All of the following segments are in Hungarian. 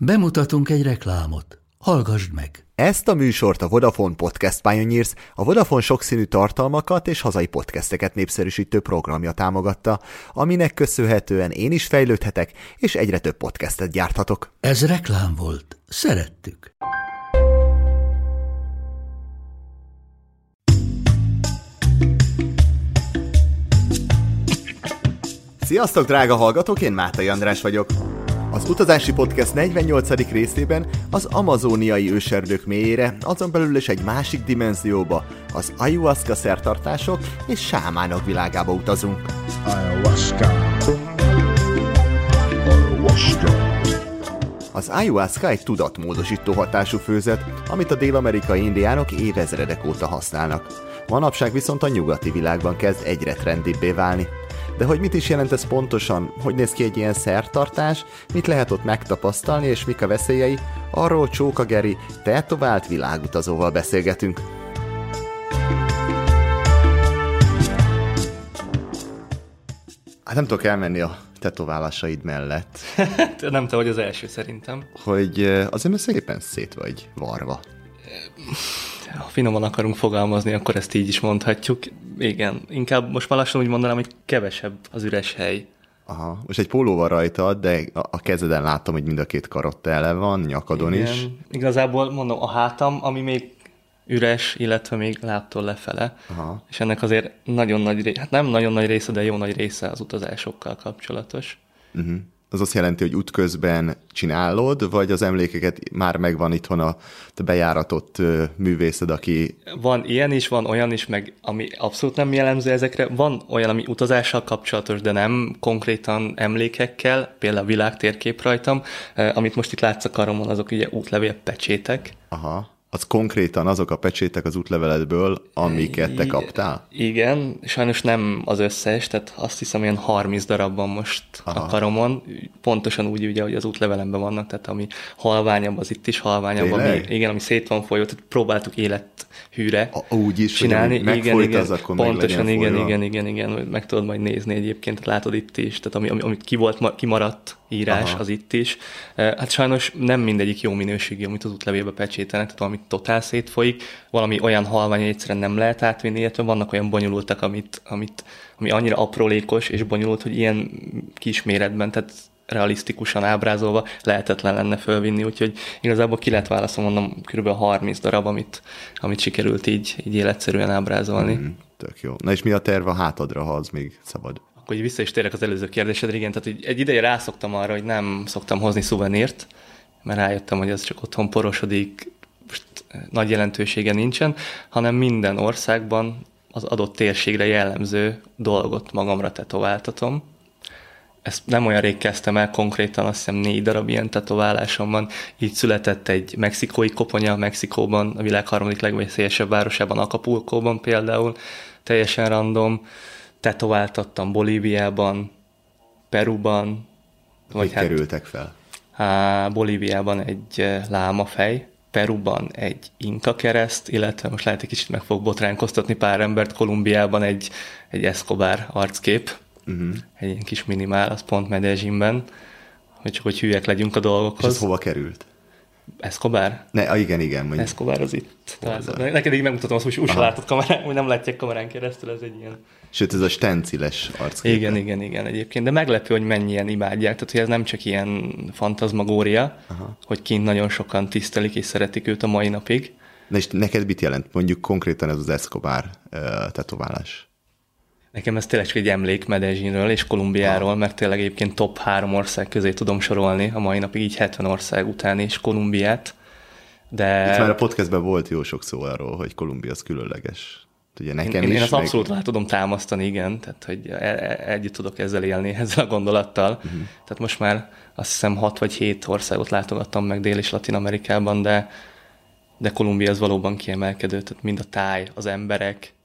Bemutatunk egy reklámot. Hallgassd meg! Ezt a műsort a Vodafone Podcast Pioneers, a Vodafone sokszínű tartalmakat és hazai podcasteket népszerűsítő programja támogatta, aminek köszönhetően én is fejlődhetek, és egyre több podcastet gyárthatok. Ez reklám volt. Szerettük. Sziasztok, drága hallgatók, én Mátai András vagyok. Az Utazási Podcast 48. részében az amazóniai őserdők mélyére, azon belül is egy másik dimenzióba, az ayahuasca szertartások és sámánok világába utazunk. Az ayahuasca egy tudatmódosító hatású főzet, amit a dél-amerikai indiánok évezredek óta használnak. Manapság viszont a nyugati világban kezd egyre trendibbé válni. De hogy mit is jelent ez pontosan, hogy néz ki egy ilyen szertartás, mit lehet ott megtapasztalni és mik a veszélyei, arról Csóka Geri, tetovált világutazóval beszélgetünk. Hát nem tudok elmenni a tetoválásaid mellett. Nem te vagy az első szerintem. Hogy azért szépen szét vagy varva. Ha finoman akarunk fogalmazni, akkor ezt így is mondhatjuk. Igen, inkább most már lassan úgy mondanám, hogy kevesebb az üres hely. Aha, most egy póló van rajtad, de a kezeden láttam, hogy mind a két karod tele van, nyakadon igen. is. Igazából mondom, a hátam, ami még üres, illetve még lábtól lefele. Aha. És ennek azért nagyon nagy hát nem nagyon nagy része, de jó nagy része az utazásokkal kapcsolatos. Uh-huh. Az azt jelenti, hogy útközben csinálod, vagy az emlékeket már megvan itthon a bejáratott művészed, aki... Van ilyen is, van olyan is, meg ami abszolút nem jellemző ezekre. Van olyan, ami utazással kapcsolatos, de nem konkrétan emlékekkel, például világtérkép rajtam. Amit most itt látsz a karomon, azok ugye útlevél pecsétek. Aha. Az konkrétan azok a pecsétek az útleveledből, amiket te kaptál? Igen, sajnos nem az összes, tehát azt hiszem, ilyen 30 darab van most a karomon, pontosan úgy, ugye, hogy az útlevelemben vannak, tehát ami halványabb, az itt is halványabb, ami szét van folyó, tehát próbáltuk élethűre úgy is, csinálni. Hogy megfolyt az, akkor pontosan, igen, meg tudod majd nézni egyébként, látod itt is, tehát amit kimaradt írás, aha, az itt is. Hát sajnos nem mindegyik jó minőségű, amit az útlevélbe pecsételnek, tehát valami totál szétfolyik, valami olyan halvány, hogy egyszerűen nem lehet átvinni, illetve vannak olyan bonyolultak, ami annyira aprólékos és bonyolult, hogy ilyen kis méretben, tehát realisztikusan ábrázolva lehetetlen lenne fölvinni, úgyhogy igazából ki lehet válaszolni, mondom, kb. 30 darab, amit sikerült így életszerűen ábrázolni. Tök jó. Na és mi a terv a hátadra, ha az még szabad? Akkor vissza is térek az előző kérdésedre, igen, tehát egy ideje rászoktam arra, hogy nem szoktam hozni szuvenírt, mert rájöttem, hogy az csak otthon porosodik, most nagy jelentősége nincsen, hanem minden országban az adott térségre jellemző dolgot magamra tetováltatom. Ezt nem olyan rég kezdtem el, konkrétan azt hiszem 4 darab ilyen tetoválásom van. Így született egy mexikói koponya Mexikóban, a világ 3. legveszélyesebb városában, Acapulcóban például, teljesen random. Tetováltattam Bolíviában, Peruban. Hogy kerültek fel? Bolíviában egy lámafej, Peruban egy inka kereszt, illetve most lehet egy kicsit meg fog botránkoztatni pár embert, Kolumbiában egy Escobar arckép, egy ilyen kis minimál, az pont Medellinben, hogy hülyek legyünk a dolgokhoz. És ez hova került? Escobar? Igen. Mondjuk. Escobar az itt. Neked így megmutatom azt, hogy úgy látod kamerán, hogy nem látják kamerán keresztül, ez egy ilyen... Sőt, ez a stenciles arckép. Igen, egyébként. De meglepő, hogy mennyien imádják. Tehát, hogy ez nem csak ilyen fantazmagória, hogy kint nagyon sokan tisztelik és szeretik őt a mai napig. Na és neked mit jelent mondjuk konkrétan ez az Escobar tetoválás? Nekem ez tényleg csak egy emlék Medellinről és Kolumbiáról, mert tényleg egyébként top 3 ország közé tudom sorolni a mai napig, így 70 ország után is Kolumbiát. De... Itt már a podcastben volt jó sok szó arról, hogy Kolumbia az különleges. Ugye nekem én azt abszolút rá tudom támasztani, igen, tehát hogy együtt tudok ezzel élni, ezzel a gondolattal. Tehát most már azt hiszem 6 vagy 7 országot látogattam meg Dél- és Latin-Amerikában, de Kolumbia az valóban kiemelkedő, tehát mind a táj, az emberek.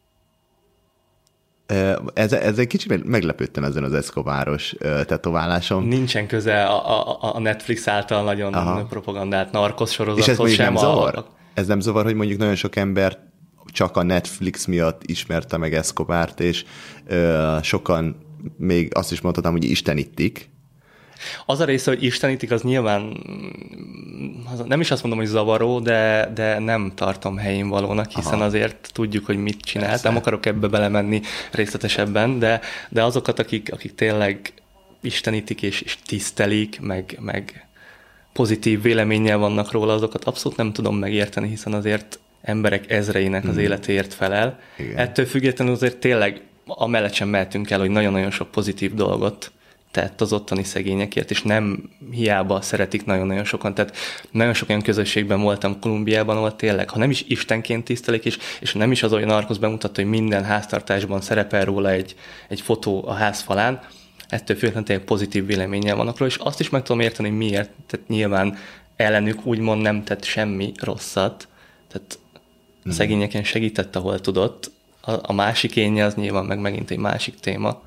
Ez egy kicsit meglepődtem ezen az Escobaros tetováláson. Nincsen köze a Netflix által nagyon propagandált Narcos sorozathoz. És ez nem zavar? Ez nem zavar, hogy mondjuk nagyon sok ember csak a Netflix miatt ismerte meg Escobart, és sokan még azt is mondhatnám, hogy istenítik. Az a része, hogy istenítik, az nyilván nem is azt mondom, hogy zavaró, de nem tartom helyén valónak, hiszen azért tudjuk, hogy mit csinált. Persze. Nem akarok ebbe belemenni részletesebben, de azokat, akik tényleg istenítik és tisztelik, meg pozitív véleménnyel vannak róla, azokat abszolút nem tudom megérteni, hiszen azért emberek ezreinek az életéért felel. Igen. Ettől függetlenül azért tényleg amellett sem mehetünk el, hogy nagyon-nagyon sok pozitív dolgot tett az ottani szegényekért, és nem hiába szeretik nagyon-nagyon sokan. Tehát nagyon sok olyan közösségben voltam Kolumbiában, ahol tényleg, ha nem is istenként tisztelik, és nem is az olyan Narcos bemutatta, hogy minden háztartásban szerepel róla egy fotó a ház falán, ettől függetlenül tényleg pozitív véleménnyel vannak róla, és azt is meg tudom érteni, miért. Tehát nyilván ellenük úgymond nem tett semmi rosszat, tehát a szegényeken segített, ahol tudott. A másik énje az nyilván meg megint egy másik téma.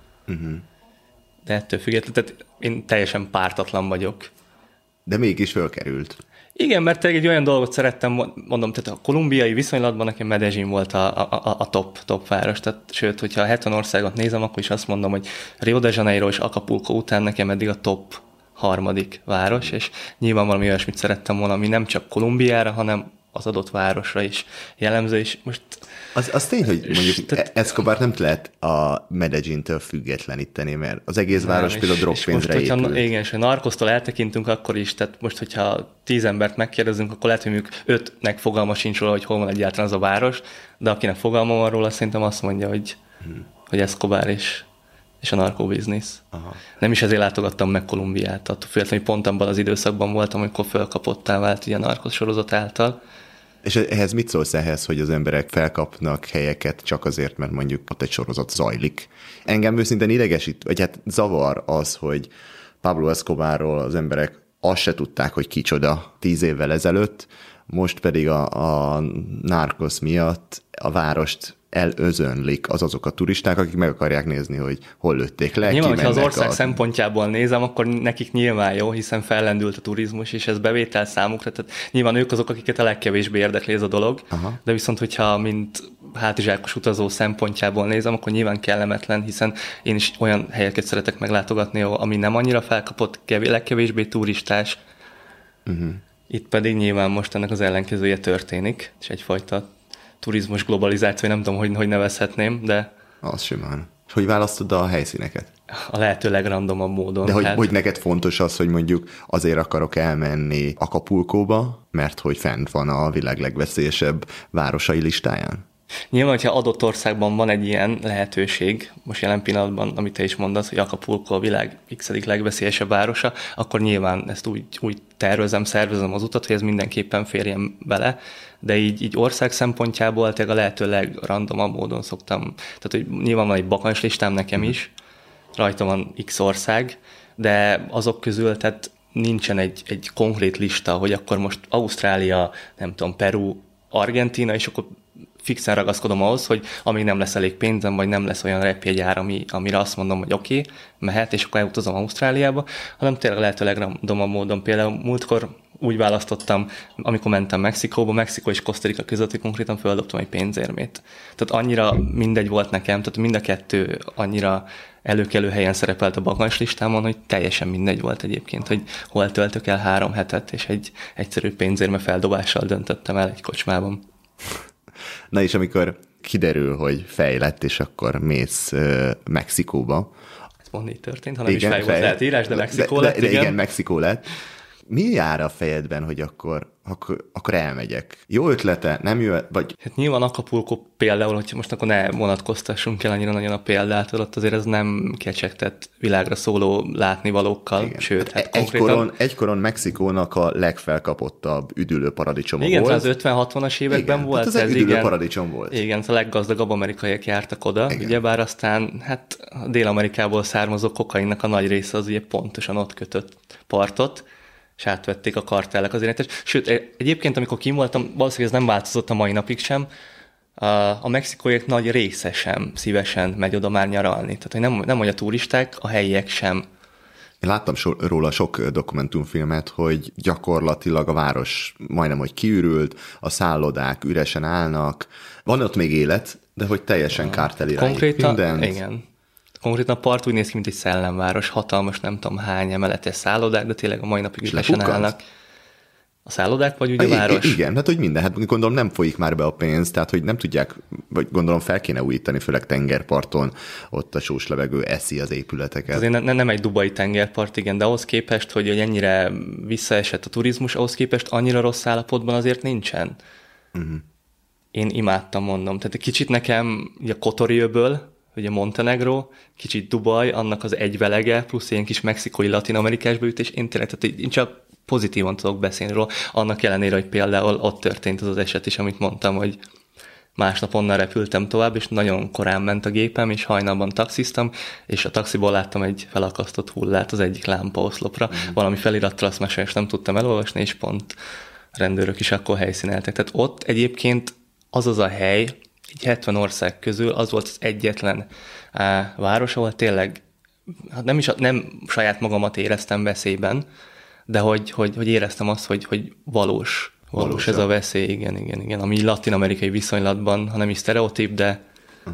De ettől függetlenül, tehát én teljesen pártatlan vagyok. De mégis fölkerült. Igen, mert egy olyan dolgot szerettem, mondom, tehát a kolumbiai viszonylatban nekem Medellín volt a top város. Tehát, sőt, hogyha a 70 országot nézem, akkor is azt mondom, hogy Rio de Janeiro és Acapulco után nekem eddig a top 3. város, és nyilván valami olyasmit szerettem volna, ami nem csak Kolumbiára, hanem az adott városra is jellemző, és most... Az tény, hogy mondjuk Escobar nem lehet a Medellíntől függetleníteni, mert az egész város például drogpénzre épült. Igen, és ha Narcostól eltekintünk, akkor is, tehát most, hogyha 10 embert megkérdezünk, akkor lehet, hogy mondjuk 5-nek fogalma sincs róla, hogy hol van egyáltalán az a város, de akinek fogalma van róla, szerintem azt mondja, hogy Escobar és a narkobiznisz. Nem is ezért látogattam meg Kolumbiát, attól függetlenül, hogy pont abban az időszakban voltam, amikor fölkapottá vált ugye a Narcos sorozat által. És ehhez mit szólsz ehhez, hogy az emberek felkapnak helyeket csak azért, mert mondjuk ott egy sorozat zajlik? Engem őszintén idegesít, vagy hát zavar az, hogy Pablo Escobarról az emberek azt se tudták, hogy kicsoda 10 évvel ezelőtt, most pedig a Narcos miatt a várost elözönlik azok a turisták, akik meg akarják nézni, hogy hol lőtték le. Nyilván, hogyha az ország szempontjából nézem, akkor nekik nyilván jó, hiszen fellendült a turizmus, és ez bevétel számukra, tehát nyilván ők azok, akiket a legkevésbé érdekli ez a dolog, de viszont, hogyha mint hátizsákos utazó szempontjából nézem, akkor nyilván kellemetlen, hiszen én is olyan helyeket szeretek meglátogatni, ami nem annyira felkapott, legkevésbé turistás. Itt pedig nyilván most ennek az ellenkezője történik, és egyfajta turizmus globalizáció, nem tudom, hogy nevezhetném, de... Az simán. És hogy választod a helyszíneket? A lehető legrandomabb módon. De hogy neked fontos az, hogy mondjuk azért akarok elmenni Acapulcóba, mert hogy fent van a világ legveszélyesebb városai listáján? Nyilván, hogyha adott országban van egy ilyen lehetőség, most jelen pillanatban, amit te is mondasz, hogy Acapulco a világ x-edik legveszélyesebb városa, akkor nyilván ezt úgy szervezem az utat, hogy ez mindenképpen férjen bele, de így ország szempontjából tényleg a lehető legrandomabb módon szoktam. Tehát, hogy nyilván van egy bakancslistám nekem is, rajta van x ország, de azok közül tehát nincsen egy konkrét lista, hogy akkor most Ausztrália, nem tudom, Peru, Argentína, és akkor fixen ragaszkodom ahhoz, hogy amíg nem lesz elég pénzem, vagy nem lesz olyan repjegyár, amire azt mondom, hogy oké, mehet, és akkor elutazom Ausztráliába, hanem tényleg lehető legrandomabb módon. Például múltkor úgy választottam, amikor mentem Mexikóba, Mexikó és Costa Rica között, hogy konkrétan földobtam egy pénzérmét. Tehát annyira mindegy volt nekem, tehát mind a kettő annyira előkelő helyen szerepelt a bakancslistámon, hogy teljesen mindegy volt egyébként, hogy hol töltök el 3 hetet, és egy egyszerű pénzérme feldobással döntöttem el egy kocsmában. Na és amikor kiderül, hogy fejlett, és akkor mész Mexikóba. Ez pont így történt, ha nem is fej volt lehet írás, de Mexikó lett. De igen, Mexikó lett. Mi jár a fejedben, hogy akkor elmegyek? Jó ötlete, nem jó? Vagy... Hát nyilván Acapulco például, hogyha most akkor ne vonatkoztassunk el annyira nagyon a példától, ott azért ez nem kecsegtett világra szóló látnivalókkal, igen. Sőt, hát konkrétan... Egykoron Mexikónak a legfelkapottabb üdülő paradicsoma igen, volt. Igen, az 50-60-as években igen, volt. Ez egy üdülő paradicsom volt. Igen, a leggazdagabb amerikaiak jártak oda, igen. Ugyebár aztán hát a Dél-Amerikából származó kokainnak a nagy része az ugye pontosan ott kötött partot, és átvették a kartellek az irányítást. Sőt, egyébként, amikor kim voltam, valószínűleg ez nem változott a mai napig sem, a mexikóiak nagy része sem szívesen megy oda már nyaralni. Tehát, hogy nem hogy a turisták, a helyiek sem. Én láttam róla sok dokumentumfilmet, hogy gyakorlatilag a város majdnem, hogy kiürült, a szállodák üresen állnak, van ott még élet, de hogy teljesen kártelirányít mindent. Igen. Konkrétan a part úgy néz ki, mint egy szellemváros, hatalmas, nem tudom hány emeletes szállodák, de tényleg a mai napig üresen állnak. A szállodák, vagy ugye a város? Igen, hát hogy minden. Hát gondolom nem folyik már be a pénz, tehát hogy nem tudják, vagy gondolom fel kéne újítani, főleg tengerparton, ott a sós levegő eszi az épületeket. Azért nem egy dubai tengerpart, igen, de ahhoz képest, hogy ennyire visszaesett a turizmus, ahhoz képest annyira rossz állapotban azért nincsen. Uh-huh. Én imádtam, mondom. Tehát egy kicsit nekem a Kotoriöből, ugye Montenegro, kicsit Dubaj, annak az egyvelege, plusz ilyen kis mexikói latin-amerikás beütés, én tényleg, tehát én csak pozitívan tudok beszélni róla, annak ellenére, hogy például ott történt az eset is, amit mondtam, hogy másnap onnan repültem tovább, és nagyon korán ment a gépem, és hajnalban taxiztam, és a taxiból láttam egy felakasztott hullát az egyik lámpaoszlopra. Valami felirattal azt már sajnos nem tudtam elolvasni, és pont rendőrök is akkor helyszíneltek. Tehát ott egyébként az a hely, így 70 ország közül az volt az egyetlen város, ahol tényleg hát nem saját magamat éreztem veszélyben, de hogy éreztem azt, hogy valós ez a veszély, igen, ami latin-amerikai viszonylatban, ha nem is sztereotíp, de...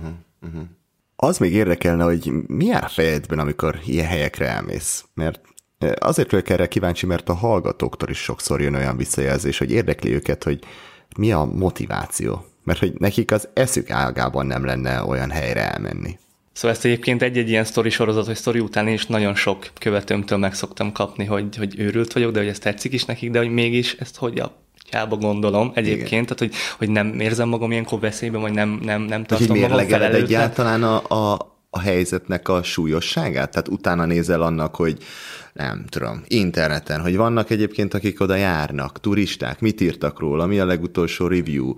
Az még érdekelne, hogy mi jár a fejedben, amikor ilyen helyekre elmész, mert azért vagyok erre kíváncsi, mert a hallgatóktól is sokszor jön olyan visszajelzés, hogy érdekli őket, hogy mi a motiváció, mert hogy nekik az eszük ágában nem lenne olyan helyre elmenni. Szóval ezt egyébként egy ilyen sztori sorozat, vagy sztori után én is nagyon sok követőmtől meg szoktam kapni, hogy őrült vagyok, de hogy ez tetszik is nekik, de hogy mégis ezt hogy a tyába gondolom egyébként, tehát hogy nem érzem magam ilyenkor veszélyben, vagy nem tartom magam felelőtlen. Egyáltalán a helyzetnek a súlyosságát? Tehát utána nézel annak, hogy nem tudom, interneten, hogy vannak egyébként, akik oda járnak, turisták, mit írtak róla, mi a legutolsó review?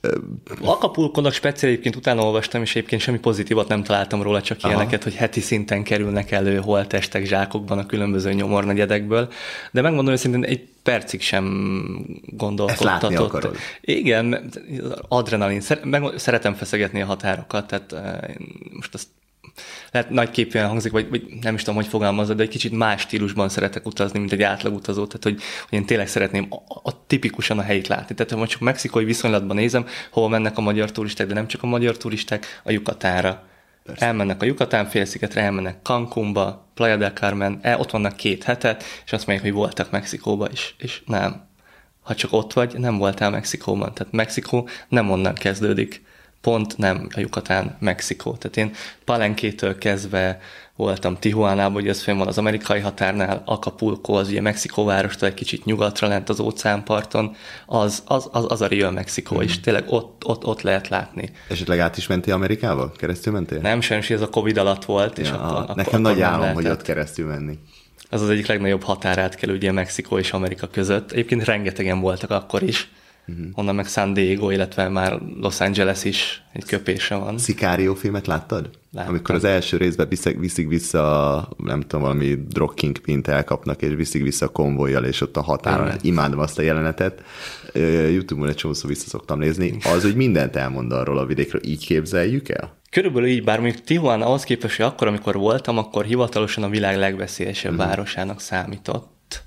Acapulco-nak speciál egyébként utána olvastam, és egyébként semmi pozitívat nem találtam róla, csak ilyeneket, hogy heti szinten kerülnek elő holttestek zsákokban a különböző nyomornegyedekből, de megmondom őszintén, egy percig sem gondolkodtatott. Ezt látni akarod? Igen, adrenalin. Szeretem feszegetni a határokat, tehát most azt lehet nagyképűen hangzik, vagy nem is tudom, hogy fogalmazod, de egy kicsit más stílusban szeretek utazni, mint egy átlagutazó, tehát hogy én tényleg szeretném tipikusan a helyét látni. Tehát ha csak mexikói viszonylatban nézem, hol mennek a magyar turisták, de nem csak a magyar turisták, a Yucatánra. Persze. Elmennek a Yucatán félszigetre, elmennek Cancúnba, Playa del Carmen, ott vannak 2 hetet, és azt mondják, hogy voltak Mexikóba is, és nem. Ha csak ott vagy, nem voltál Mexikóban. Tehát Mexikó nem onnan kezdődik. Pont nem a Yucatán, Mexikó. Tehát én Palenquétől kezdve voltam Tijuánában, hogy ez fenn van az amerikai határnál, Acapulco, az ugye Mexikó várostól egy kicsit nyugatra lent az óceánparton, az a Real Mexikó, és tényleg ott lehet látni. Esetleg át is mentél Amerikába? Keresztül mentél? Nem, sajnos ez a Covid alatt volt. És nekem nagy álom, hogy ott keresztül menni. Az egyik legnagyobb határátkelő ugye Mexikó és Amerika között. Egyébként rengetegen voltak akkor is. Onnan meg San Diego, illetve már Los Angeles is egy köpése van. Sicario filmet láttad? Láttam. Amikor az első részben viszik vissza, nem tudom, valami drug kingpint elkapnak, és viszik vissza a konvojjal, és ott a határon. Imádom azt a jelenetet. YouTube-on egy csomószor vissza szoktam nézni. Az, hogy mindent elmond arról a vidékről, így képzeljük el? Körülbelül így, bár mondjuk Tijuana ahhoz képest, hogy akkor, amikor voltam, akkor hivatalosan a világ legveszélyesebb városának számított.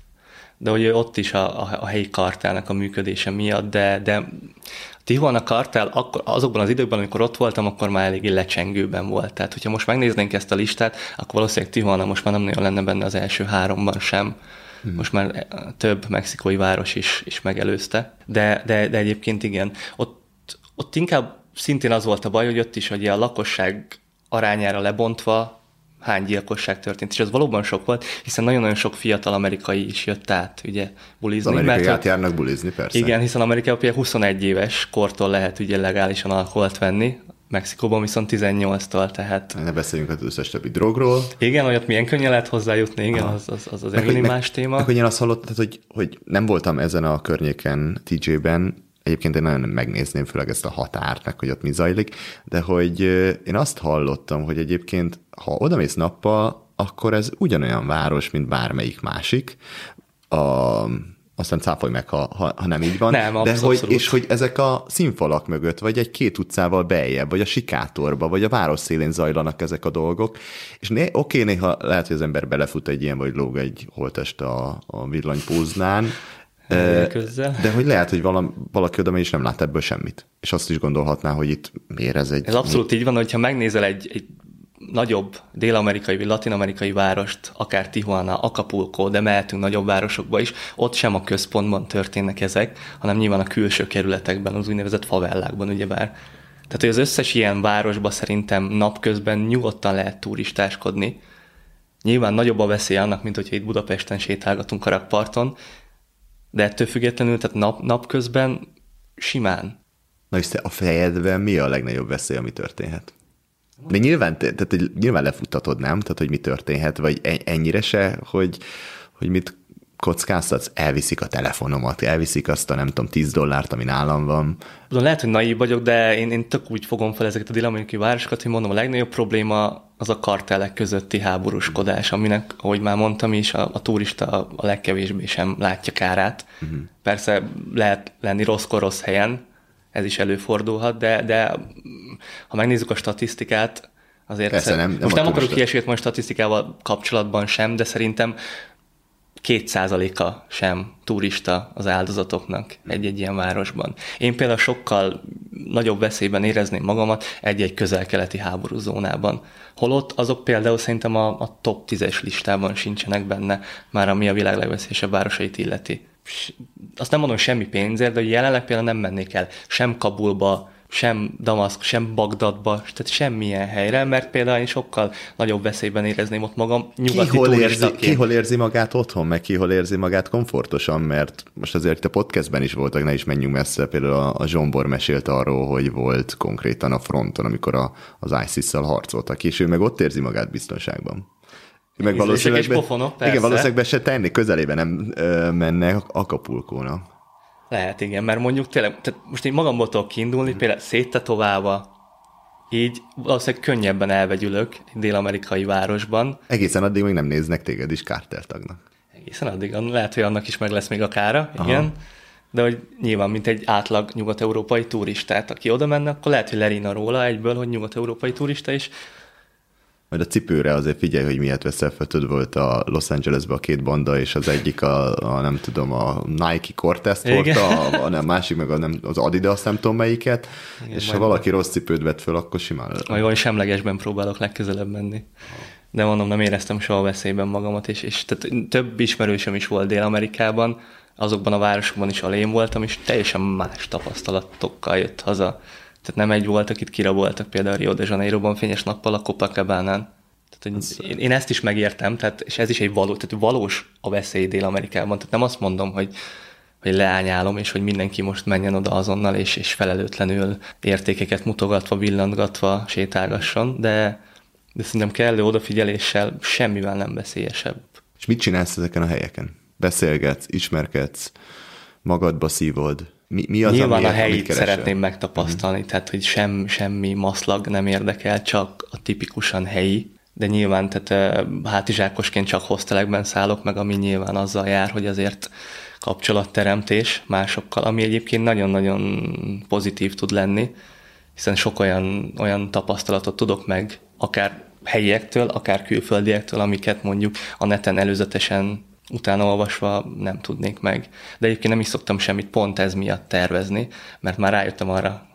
De ugye ott is a helyi kartellnek a működése miatt, de Tijuana kartell azokban az időkben, amikor ott voltam, akkor már eléggé lecsengőben volt. Tehát, hogyha most megnéznénk ezt a listát, akkor valószínűleg Tijuana most már nem nagyon lenne benne az első 3-ban sem. Most már több mexikói város is megelőzte. De egyébként igen, ott inkább szintén az volt a baj, hogy ott is ugye a lakosság arányára lebontva hány gyilkosság történt, és ez valóban sok volt, hiszen nagyon-nagyon sok fiatal amerikai is jött át, ugye, bulizni. Az amerikai átjárnak bulizni, persze. Igen, hiszen Amerikában például 21 éves kortól lehet ugye legálisan alkoholt venni, Mexikóban viszont 18-tól, tehát... Ne beszéljünk az összes többi drogról. Igen, olyat milyen könnyen lehet hozzájutni, igen, az egy más téma. Meg, hogy én azt hallottam, hogy nem voltam ezen a környéken, TJ-ben, egyébként én nagyon megnézném főleg ezt a határt, meg hogy ott mi zajlik, de hogy én azt hallottam, hogy egyébként, ha odamész nappal, akkor ez ugyanolyan város, mint bármelyik másik. Aztán cáfolj meg, ha nem így van. Nem, de és hogy ezek a színfalak mögött, vagy egy 2 utcával beljebb, vagy a sikátorba, vagy a város szélén zajlanak ezek a dolgok. És néha lehet, hogy az ember belefut egy ilyen, vagy lóg egy holttest a villanypóznán, de hogy lehet, hogy valaki oda és nem lát ebből semmit. És azt is gondolhatná, hogy itt miért ez egy... Ez abszolút így van, hogyha megnézel egy nagyobb dél-amerikai vagy latin-amerikai várost, akár Tijuana, Acapulco, de mehetünk nagyobb városokba is, ott sem a központban történnek ezek, hanem nyilván a külső kerületekben, az úgynevezett favellákban, ugyebár. Tehát, hogy az összes ilyen városban szerintem napközben nyugodtan lehet turistáskodni. Nyilván nagyobb a veszély annak, mint hogyha itt Budapesten sétálgatunk a rakparton, de ettől függetlenül, tehát napközben simán. Na és a fejedben mi a legnagyobb veszély, ami történhet? De nyilván lefuttatod, nem? Tehát, hogy mi történhet, vagy ennyire se, hogy mit kockáztatsz? Elviszik a telefonomat, elviszik azt a nem tudom, $10, ami nálam van. Lehet, hogy naív vagyok, de én tök úgy fogom fel ezeket a dél-amerikai városokat, hogy mondom, a legnagyobb probléma az a kartellek közötti háborúskodás, aminek, ahogy már mondtam is, a turista a legkevésbé sem látja kárát. Uh-huh. Persze lehet lenni rosszkor rossz helyen, ez is előfordulhat, de ha megnézzük a statisztikát, azért persze, most nem akarok ilyesmit majd statisztikával kapcsolatban sem, de szerintem 2%-a sem turista az áldozatoknak egy-egy ilyen városban. Én például sokkal nagyobb veszélyben érezném magamat egy-egy közel-keleti háborúzónában. Holott azok például szerintem a top 10-es listában sincsenek benne, már ami a világ legveszélyesebb városait illeti. Azt nem mondom semmi pénzért, de jelenleg például nem mennék el sem Kabulba, sem Damaszk, sem Bagdadba, tehát semmilyen helyre, mert például én sokkal nagyobb veszélyben érezném ott magam nyugati turistaként. Ki hol érzi magát otthon, meg ki hol érzi magát komfortosan, mert most azért itt a podcastben is voltak, ne is menjünk messze, például a Zsombor mesélt arról, hogy volt konkrétan a fronton, amikor az ISIS-szal harcoltak, és ő meg ott érzi magát biztonságban. Meg valószínűleg be se tenni, közelében nem menne Acapulcónak. Lehet, igen, mert mondjuk tényleg, tehát most én magamból tudok kiindulni, például széttetoválva, így valószínűleg könnyebben elvegyülök egy dél-amerikai városban. Egészen addig még nem néznek téged is Carter tagnak. Egészen addig, lehet, hogy annak is meg lesz még a kára, igen. Aha. De hogy nyilván, mint egy átlag nyugat-európai turistát, aki oda menne, akkor lehet, hogy lerina róla egyből, hogy nyugat-európai turista is. Majd a cipőre azért figyelj, hogy miért veszelfötöd volt a Los Angelesben a két banda, és az egyik nem tudom, a Nike Cortez volt, a másik meg az Adidas, nem tudom melyiket, igen, és ha valaki rossz cipőt vett föl, akkor simán... Majd olyan semlegesben próbálok legközelebb menni. De mondom, nem éreztem soha veszélyben magamat, és tehát több ismerősöm is volt Dél-Amerikában, azokban a városokban is além voltam, és teljesen más tapasztalatokkal jött haza. Tehát nem egy volt, akit kiraboltak például Rio de Janeiroban fényes nappal a Copacabánán. Tehát, én ezt is megértem, tehát, és ez is egy valós a veszély Dél-Amerikában. Tehát nem azt mondom, hogy leányálom, és hogy mindenki most menjen oda azonnal, és felelőtlenül értékeket mutogatva, villantgatva sétálgasson, de szerintem kellő odafigyeléssel semmivel nem veszélyesebb. És mit csinálsz ezeken a helyeken? Beszélgetsz, ismerkedsz, magadba szívod? Mi az, nyilván a helyit szeretném megtapasztalni, tehát hogy semmi maszlag nem érdekel, csak a tipikusan helyi, de nyilván tehát hátizsákosként csak hostelekben szállok meg, ami nyilván azzal jár, hogy azért kapcsolatteremtés másokkal, ami egyébként nagyon-nagyon pozitív tud lenni, hiszen sok olyan tapasztalatot tudok meg, akár helyiektől, akár külföldiektől, amiket mondjuk a neten előzetesen utána olvasva nem tudnék meg. De egyébként nem is szoktam semmit pont ez miatt tervezni, mert már rájöttem arra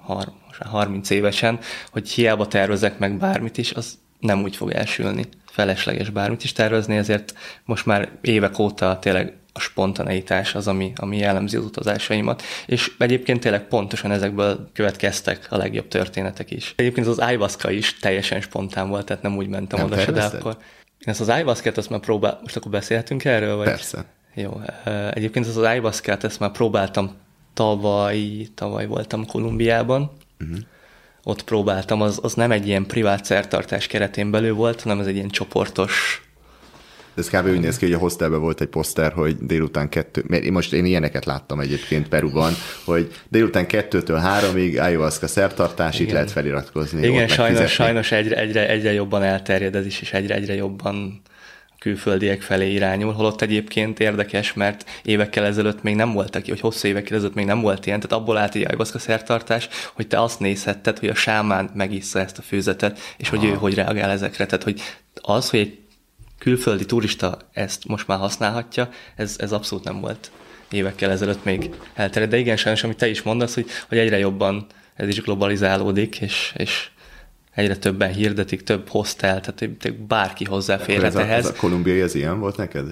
30 évesen, hogy hiába tervezek meg bármit is, az nem úgy fog elsülni. Felesleges bármit is tervezni, ezért most már évek óta tényleg a spontaneitás az, ami jellemzi az utazásaimat. És egyébként tényleg pontosan ezekből következtek a legjobb történetek is. Egyébként az ayahuasca is teljesen spontán volt, tehát nem úgy mentem oda se, de akkor... Ezt az ayahuascát, azt már most akkor beszélhetünk erről? Vagy? Persze. Jó. Egyébként az ayahuascát, ezt már próbáltam tavaly voltam Kolumbiában. Uh-huh. Ott próbáltam, az nem egy ilyen privát szertartás keretén belül volt, hanem ez egy ilyen csoportos... Ez kb. Úgy néz ki, hogy a hostelben volt egy poszter, hogy délután 2, mert én ilyeneket láttam egyébként Peruban, hogy délután 2-től 3-ig ayahuasca szertartás, igen. Itt lehet feliratkozni. Igen, sajnos egyre jobban elterjed ez is, és egyre jobban a külföldiek felé irányul, holott egyébként érdekes, mert évekkel ezelőtt még nem voltak, vagy hosszú évekkel ezelőtt még nem volt ilyen, tehát abból állt egy ayahuasca szertartás, hogy te azt nézhetted, hogy a sámán megissza ezt a főzetet, és hogy ő hogy reagál ezekre. Tehát, hogy az, hogy egy külföldi turista ezt most már használhatja, ez abszolút nem volt évekkel ezelőtt még elterjedt. De igen, sajnos, amit te is mondasz, hogy egyre jobban ez is globalizálódik, és egyre többen hirdetik, több hostel, tehát bárki hozzáférhet ehhez. Ez a kolumbiai, ez ilyen volt neked?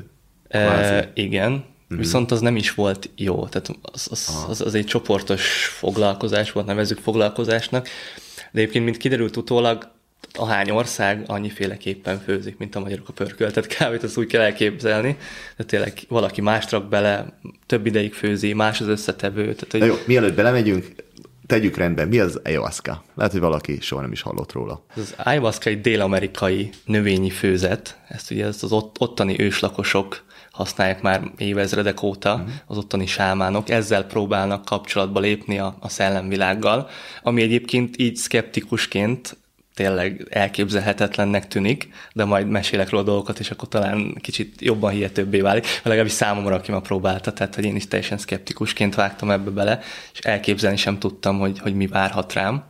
Igen, viszont az nem is volt jó, tehát az egy csoportos foglalkozás volt, nevezzük foglalkozásnak, de egyébként, mint kiderült utólag, ahány ország annyiféleképpen főzik, mint a magyarok a pörköltet kávét, azt úgy kell elképzelni, de tényleg valaki mást rak bele, több ideig főzi, más az összetevő. Tehát, hogy... Na jó, mielőtt belemegyünk, tegyük rendben, mi az ayahuasca? Lehet, hogy valaki soha nem is hallott róla. Az ayahuasca egy dél-amerikai növényi főzet, ezt ugye az ottani őslakosok használják már évezredek óta, az ottani sámánok, ezzel próbálnak kapcsolatba lépni a szellemvilággal, ami egyébként így szkeptikusként tényleg elképzelhetetlennek tűnik, de majd mesélek róla dolgokat, és akkor talán kicsit jobban hihetőbbé válik, vagy legalábbis számomra, aki ma próbálta, tehát hogy én is teljesen szkeptikusként vágtam ebbe bele, és elképzelni sem tudtam, hogy mi várhat rám.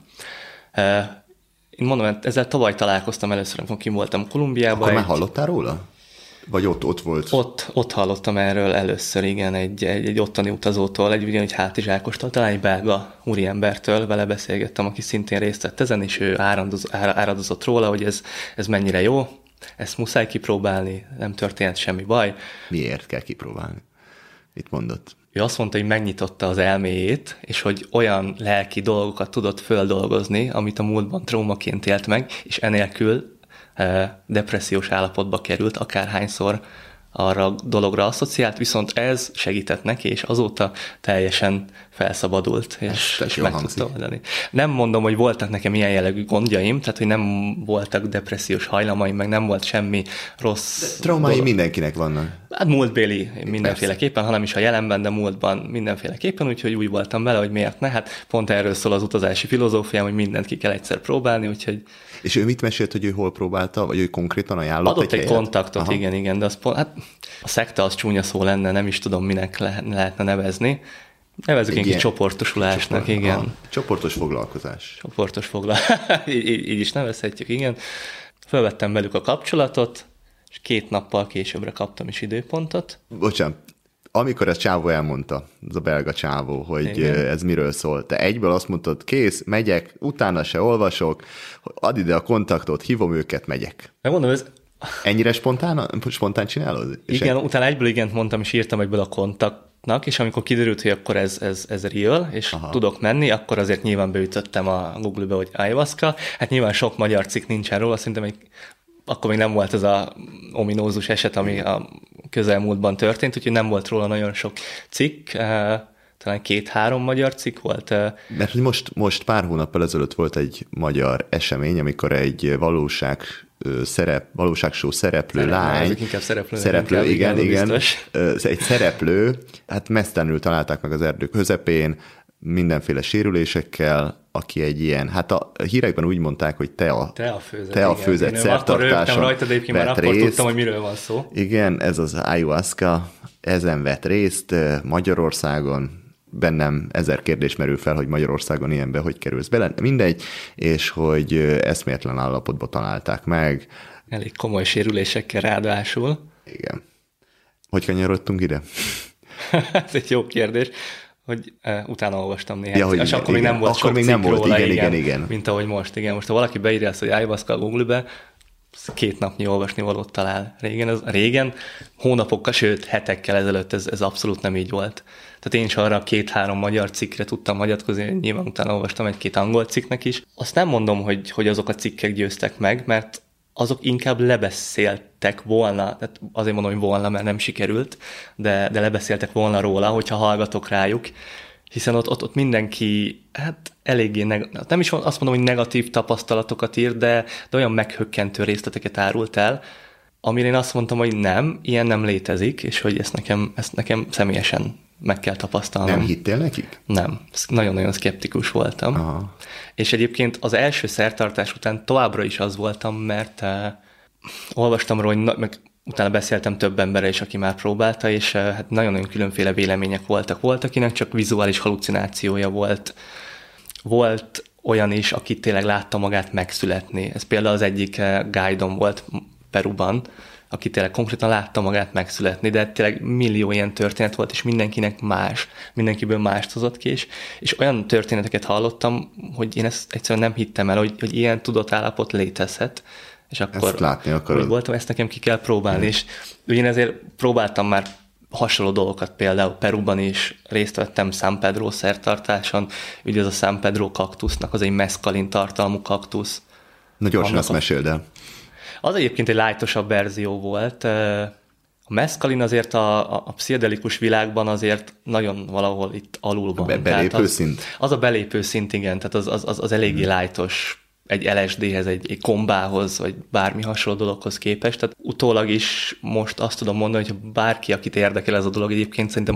Én mondom, ezzel tavaly találkoztam először, amikor kim voltam Kolumbiában. Akkor már hallottál róla? Vagy ott volt? Ott hallottam erről először, igen, egy ottani utazótól, egy hátizsákostól, talán egy belga úriembertől, vele beszélgettem, aki szintén részt vett ezen, és ő áradozott róla, hogy ez mennyire jó, ezt muszáj kipróbálni, nem történt semmi baj. Miért kell kipróbálni? Mit mondott? Ő azt mondta, hogy megnyitotta az elméjét, és hogy olyan lelki dolgokat tudott földolgozni, amit a múltban traumaként élt meg, és enélkül depressziós állapotba került, akárhányszor arra a dologra asszociált, viszont ez segített neki, és azóta teljesen felszabadult, és meg tudta oldani. Nem mondom, hogy voltak nekem ilyen jellegű gondjaim, tehát hogy nem voltak depressziós hajlamaim, meg nem volt semmi rossz traumái mindenkinek vannak. Hát múltbéli mindenféleképpen, hanem is a jelenben, de múltban mindenféleképpen, úgyhogy úgy voltam vele, hogy miért ne. Hát pont erről szól az utazási filozófiám, hogy mindent ki kell egyszer próbálni, úgyhogy... És ő mit mesélt, hogy ő hol próbálta, vagy ő konkrétan ajánlott adott egy kontaktot, aha. igen, de az pont, hát a szekta az csúnya szó lenne, nem is tudom, minek lehetne nevezni. Nevezzük egy kis csoportosulásnak, igen. Aha. Csoportos foglalkozás. Csoportos foglalkozás, így is nevezhetjük, igen. Fölvettem velük a kapcsolatot, és 2 nappal későbbre kaptam is időpontot. Bocsánat, amikor ez csávó elmondta, ez a belga csávó, hogy igen. Ez miről szól, te egyből azt mondtad, kész, megyek, utána se olvasok, add ide a kontaktot, hívom őket, megyek. Megmondom, ez... Ennyire spontán csinálod? Igen, utána egyből igent mondtam, és írtam egyből a kontaktnak, és amikor kiderült, hogy akkor ez real, és aha. tudok menni, akkor azért nyilván beütöttem a Google-be, hogy ayahuasca. Hát nyilván sok magyar cikk nincsen róla, szerintem akkor még nem volt ez a ominózus eset, ami a közelmúltban történt, úgyhogy nem volt róla nagyon sok cikk, talán 2-3 magyar cikk volt. Mert most pár hónappal ezelőtt volt egy magyar esemény, amikor egy valóságshow szereplő lány, szereplő, igen, egy szereplő, hát mesztelenül találták meg az erdő közepén, mindenféle sérülésekkel, aki egy ilyen, hát a hírekben úgy mondták, hogy te a főzet szertartáson rajta, de egyébként már akkor tudtam, hogy miről van szó. Igen, ez az ayahuasca, ezen vett részt Magyarországon, bennem 1000 kérdés merül fel, hogy Magyarországon ilyenbe hogy kerülsz bele, mindegy, és hogy eszméletlen állapotba találták meg. Elég komoly sérülésekkel ráadásul. Igen. Hogy kanyarodtunk ide? Ez egy jó kérdés, hogy utána olvastam néhány. Ja, és akkor még nem volt akkor még nem volt, róla, igen. Mint ahogy most, igen. Most ha valaki beírja azt, hogy ayahuasca a Google-be, 2 napnyi olvasnivalót talál. Régen hónapokkal, sőt hetekkel ezelőtt ez abszolút nem így volt. Tehát én is arra 2-3 magyar cikkre tudtam hagyatkozni, nyilván utána olvastam 1-2 angol cikknek is. Azt nem mondom, hogy azok a cikkek győztek meg, mert azok inkább lebeszéltek volna, tehát azért mondom, hogy volna, mert nem sikerült, de lebeszéltek volna róla, hogyha hallgatok rájuk, hiszen ott mindenki, hát eléggé, nem is azt mondom, hogy negatív tapasztalatokat ír, de olyan meghökkentő részleteket árult el, amire én azt mondtam, hogy nem, ilyen nem létezik, és hogy ezt nekem személyesen meg kell tapasztalnom. Nem hittél nekik? Nem. Nagyon-nagyon szkeptikus voltam. Aha. És egyébként az első szertartás után továbbra is az voltam, mert olvastam róla, meg utána beszéltem több emberrel is, aki már próbálta, és hát nagyon-nagyon különféle vélemények voltak. Volt, akinek csak vizuális halucinációja volt. Volt olyan is, aki tényleg látta magát megszületni. Ez például az egyik guide-om volt Peruban, aki tényleg konkrétan látta magát megszületni, de tényleg millió ilyen történet volt, és mindenkinek más, mindenkiből mást hozott ki, és olyan történeteket hallottam, hogy én ezt egyszerűen nem hittem el, hogy ilyen tudatállapot létezhet, és akkor ezt látni akarod. úgy voltam, ezt nekem ki kell próbálni, és ugyan ezért próbáltam már hasonló dolgokat, például Peruban is részt vettem San Pedro szertartáson, ugye az a San Pedro kaktusznak, az egy meszkalin tartalmú kaktusz. Na gyorsan azt meséld el. Az egyébként egy lightosabb verzió volt. A meszkalin azért a pszichedelikus világban azért nagyon valahol itt alul van. Belépő szint? Az a belépő szint, igen, tehát az eléggé lightos egy LSD-hez, egy kombához, vagy bármi hasonló dologhoz képest. Tehát utólag is most azt tudom mondani, hogy bárki, akit érdekel ez a dolog, egyébként szerintem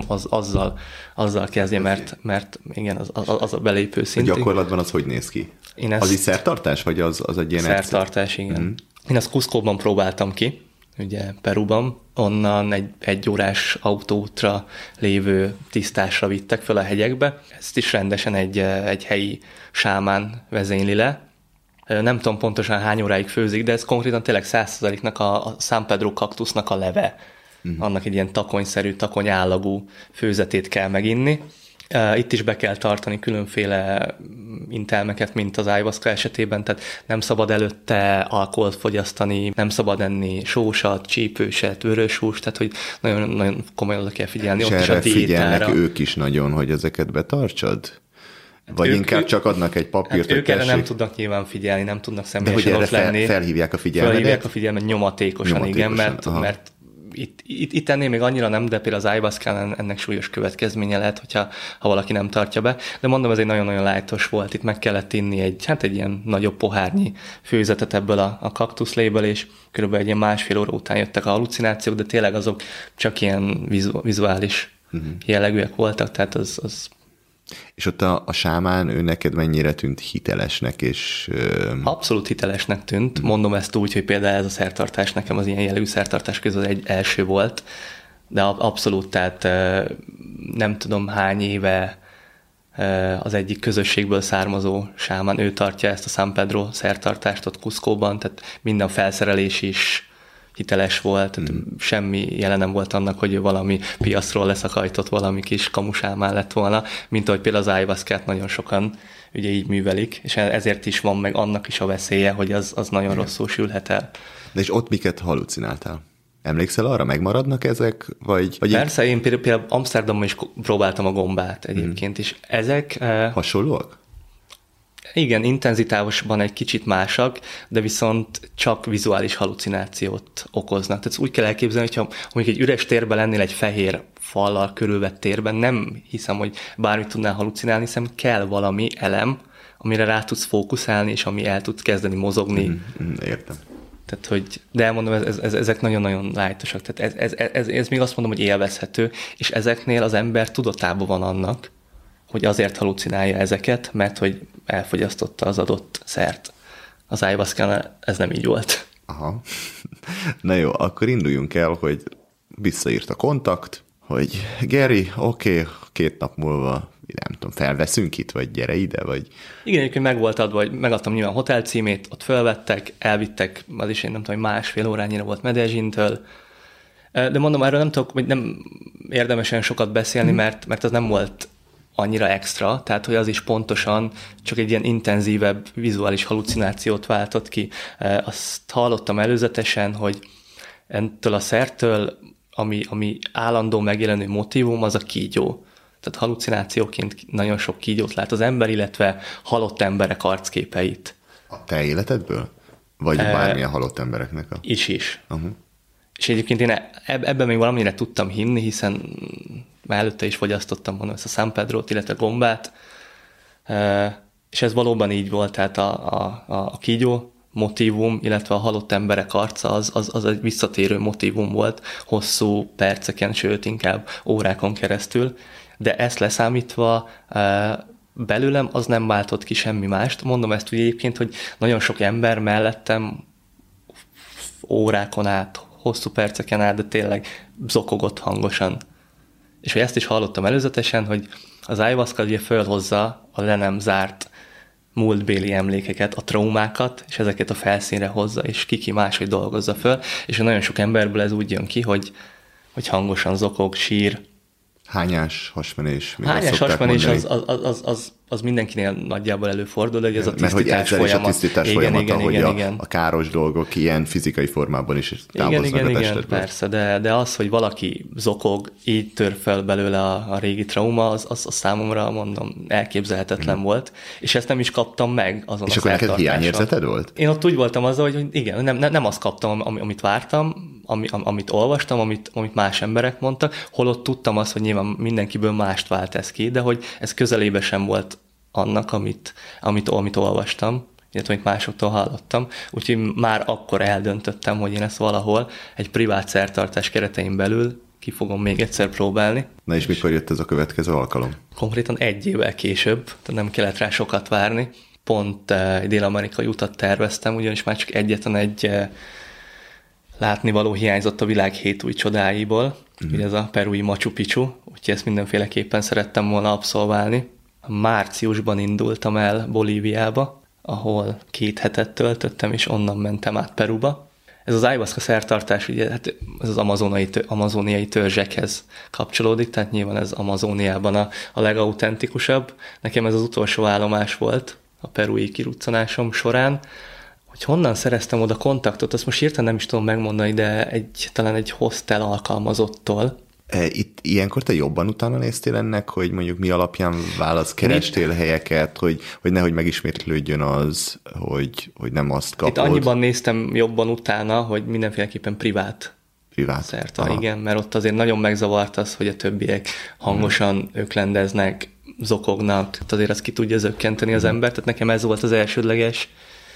azzal kezdje, mert igen, az a belépő szint. A gyakorlatban az hogy néz ki? Az is szertartás, vagy az egy ilyen szertartás, igen. Mm. Én ezt Cuscóban próbáltam ki, ugye Peruban, onnan egy órás autóútra lévő tisztásra vittek fel a hegyekbe. Ezt is rendesen egy helyi sámán vezényli le. Nem tudom pontosan hány óráig főzik, de ez konkrétan tényleg 100%-nak a San Pedro kaktusznak a leve. Annak egy ilyen takonyszerű, takonyállagú főzetét kell meginni. Itt is be kell tartani különféle intelmeket, mint az ayahuasca esetében, tehát nem szabad előtte alkoholt fogyasztani, nem szabad enni sósat, csípőset, vörös húst, tehát hogy nagyon, nagyon komolyan oda kell figyelni. És ott erre is a figyelnek ők is nagyon, hogy ezeket betartsad? Vagy inkább csak adnak egy papírt, hogy ők erre nem tudnak nyilván figyelni, nem tudnak személyesen ott lenni. Felhívják a figyelmet? Felhívják a figyelmet nyomatékosan, igen, mert itt ennél még annyira nem, de például az ayahuascán ennek súlyos következménye lehet, ha valaki nem tartja be. De mondom, ez egy nagyon-nagyon lightos volt. Itt meg kellett inni egy ilyen nagyobb pohárnyi főzetet ebből a kaktuszléből, és körülbelül egy ilyen 1,5 óra után jöttek a hallucinációk, de tényleg azok csak ilyen vizuális jellegűek voltak, tehát az És ott a sámán ő neked mennyire tűnt hitelesnek? És abszolút hitelesnek tűnt. Mondom ezt úgy, hogy például ez a szertartás nekem az ilyen jellegű szertartás közül egy első volt, de abszolút, tehát nem tudom hány éve az egyik közösségből származó sámán, ő tartja ezt a San Pedro szertartást ott Cuscóban, tehát minden felszerelés is hiteles volt, tehát semmi jele nem volt annak, hogy ő valami piacról leszakajtott valami kis kamusámán lett volna, mint ahogy például az ayahuascát nagyon sokan ugye így művelik, és ezért is van meg annak is a veszélye, hogy az nagyon rosszul sülhet el. De és ott miket hallucináltál? Emlékszel arra, megmaradnak ezek? Vagy persze, én például Amsterdamban is próbáltam a gombát egyébként is. Ezek hasonlóak? Igen, intenzitásban egy kicsit másak, de viszont csak vizuális hallucinációt okoznak. Tehát úgy kell elképzelni, hogyha mondjuk egy üres térben lennél egy fehér fallal körülvett térben, nem hiszem, hogy bármit tudnál hallucinálni, hiszen kell valami elem, amire rá tudsz fókuszálni, és ami el tudsz kezdeni mozogni. Értem. Tehát, hogy, de elmondom, ezek nagyon-nagyon lightosak. Tehát ez még azt mondom, hogy élvezhető, és ezeknél az ember tudatában van annak, hogy azért ezeket, mert hogy elfogyasztotta az adott szert. Az ayahuascán ez nem így volt. Aha. Na jó, akkor induljunk el, hogy visszaírt a kontakt, hogy Geri, oké, 2 nap múlva, nem tudom, felveszünk itt, vagy gyere ide, vagy... Igen, egyébként meg volt adva, vagy megadtam nyilván hotel címét, ott fölvettek, elvittek, az is én nem tudom, hogy 1,5 órányira volt Medellíntől, de mondom, erről nem tudok, vagy nem érdemesen sokat beszélni, mert az nem volt annyira extra, tehát hogy az is pontosan csak egy ilyen intenzívebb vizuális hallucinációt váltott ki. Azt hallottam előzetesen, hogy ettől a szertől, ami állandó megjelenő motívum, az a kígyó. Tehát hallucinációként nagyon sok kígyót lát az ember, illetve halott emberek arcképeit. A te életedből? Vagy bármilyen halott embereknek? Is. Uh-huh. És egyébként én ebben még valamire tudtam hinni, hiszen már előtte is fogyasztottam, mondom, ezt a San Pedrót, illetve gombát, és ez valóban így volt, tehát a kígyó motívum, illetve a halott emberek arca, az egy visszatérő motívum volt hosszú perceken, sőt inkább órákon keresztül, de ezt leszámítva belőlem az nem váltott ki semmi mást. Mondom ezt ugye egyébként, hogy nagyon sok ember mellettem órákon át, hosszú perceken át, de tényleg zokogott hangosan. És hogy ezt is hallottam előzetesen, hogy az ayahuasca ugye fölhozza a le nem zárt múltbéli emlékeket, a traumákat, és ezeket a felszínre hozza, és ki máshogy dolgozza föl, és nagyon sok emberből ez úgy jön ki, hogy hangosan zokog, sír. Hányás, hasmenés. Hányás, hasmenés az mindenkinél nagyjából előfordul, de ez a tisztítás folyamat. Mert hogy tisztítás folyamata, hogy a káros dolgok ilyen fizikai formában is távoznak a testedből. Persze, de az, hogy valaki zokog, így tör fel belőle a régi trauma, az számomra, mondom, elképzelhetetlen volt, és ezt nem is kaptam meg azon és a szertartáson. És akkor neked hiányérzeted volt? Én ott úgy voltam azzal, hogy igen, nem azt kaptam, amit vártam, amit olvastam, amit más emberek mondtak, holott tudtam azt, hogy nyilván mindenkiből mást vált ez ki, de hogy ez közelébe sem volt annak, amit olvastam, illetve amit másoktól hallottam. Úgyhogy már akkor eldöntöttem, hogy én ezt valahol egy privát szertartás keretein belül ki fogom még egyszer próbálni. Na és mikor jött ez a következő alkalom? Konkrétan 1 évvel később, tehát nem kellett rá sokat várni. Pont egy dél-amerikai utat terveztem, ugyanis már csak egyetlen egy látnivaló hiányzott a világ 7 új csodáiból, ugye ez a perui Machu Picchu, úgyhogy ezt mindenféleképpen szerettem volna abszolválni. Márciusban indultam el Bolíviába, ahol 2 hetet töltöttem, és onnan mentem át Peruba. Ez az ayahuasca szertartás, ugye, hát ez az amazóniai törzsekhez kapcsolódik, tehát nyilván ez Amazóniában a legautentikusabb. Nekem ez az utolsó állomás volt a perui kiruccanásom során. Hogy honnan szereztem oda kontaktot, azt most hirtelen nem is tudom megmondani, de talán egy hostel alkalmazottól. Itt ilyenkor te jobban utána néztél ennek, hogy mondjuk mi alapján kerestél helyeket, hogy nehogy megismétlődjön az, hogy nem azt kapod. Itt annyiban néztem jobban utána, hogy mindenféleképpen privát. Igen, mert ott azért nagyon megzavart az, hogy a többiek hangosan öklendeznek, zokognak, tehát azért azt ki tudja zökkenteni az ember, tehát nekem ez volt az elsődleges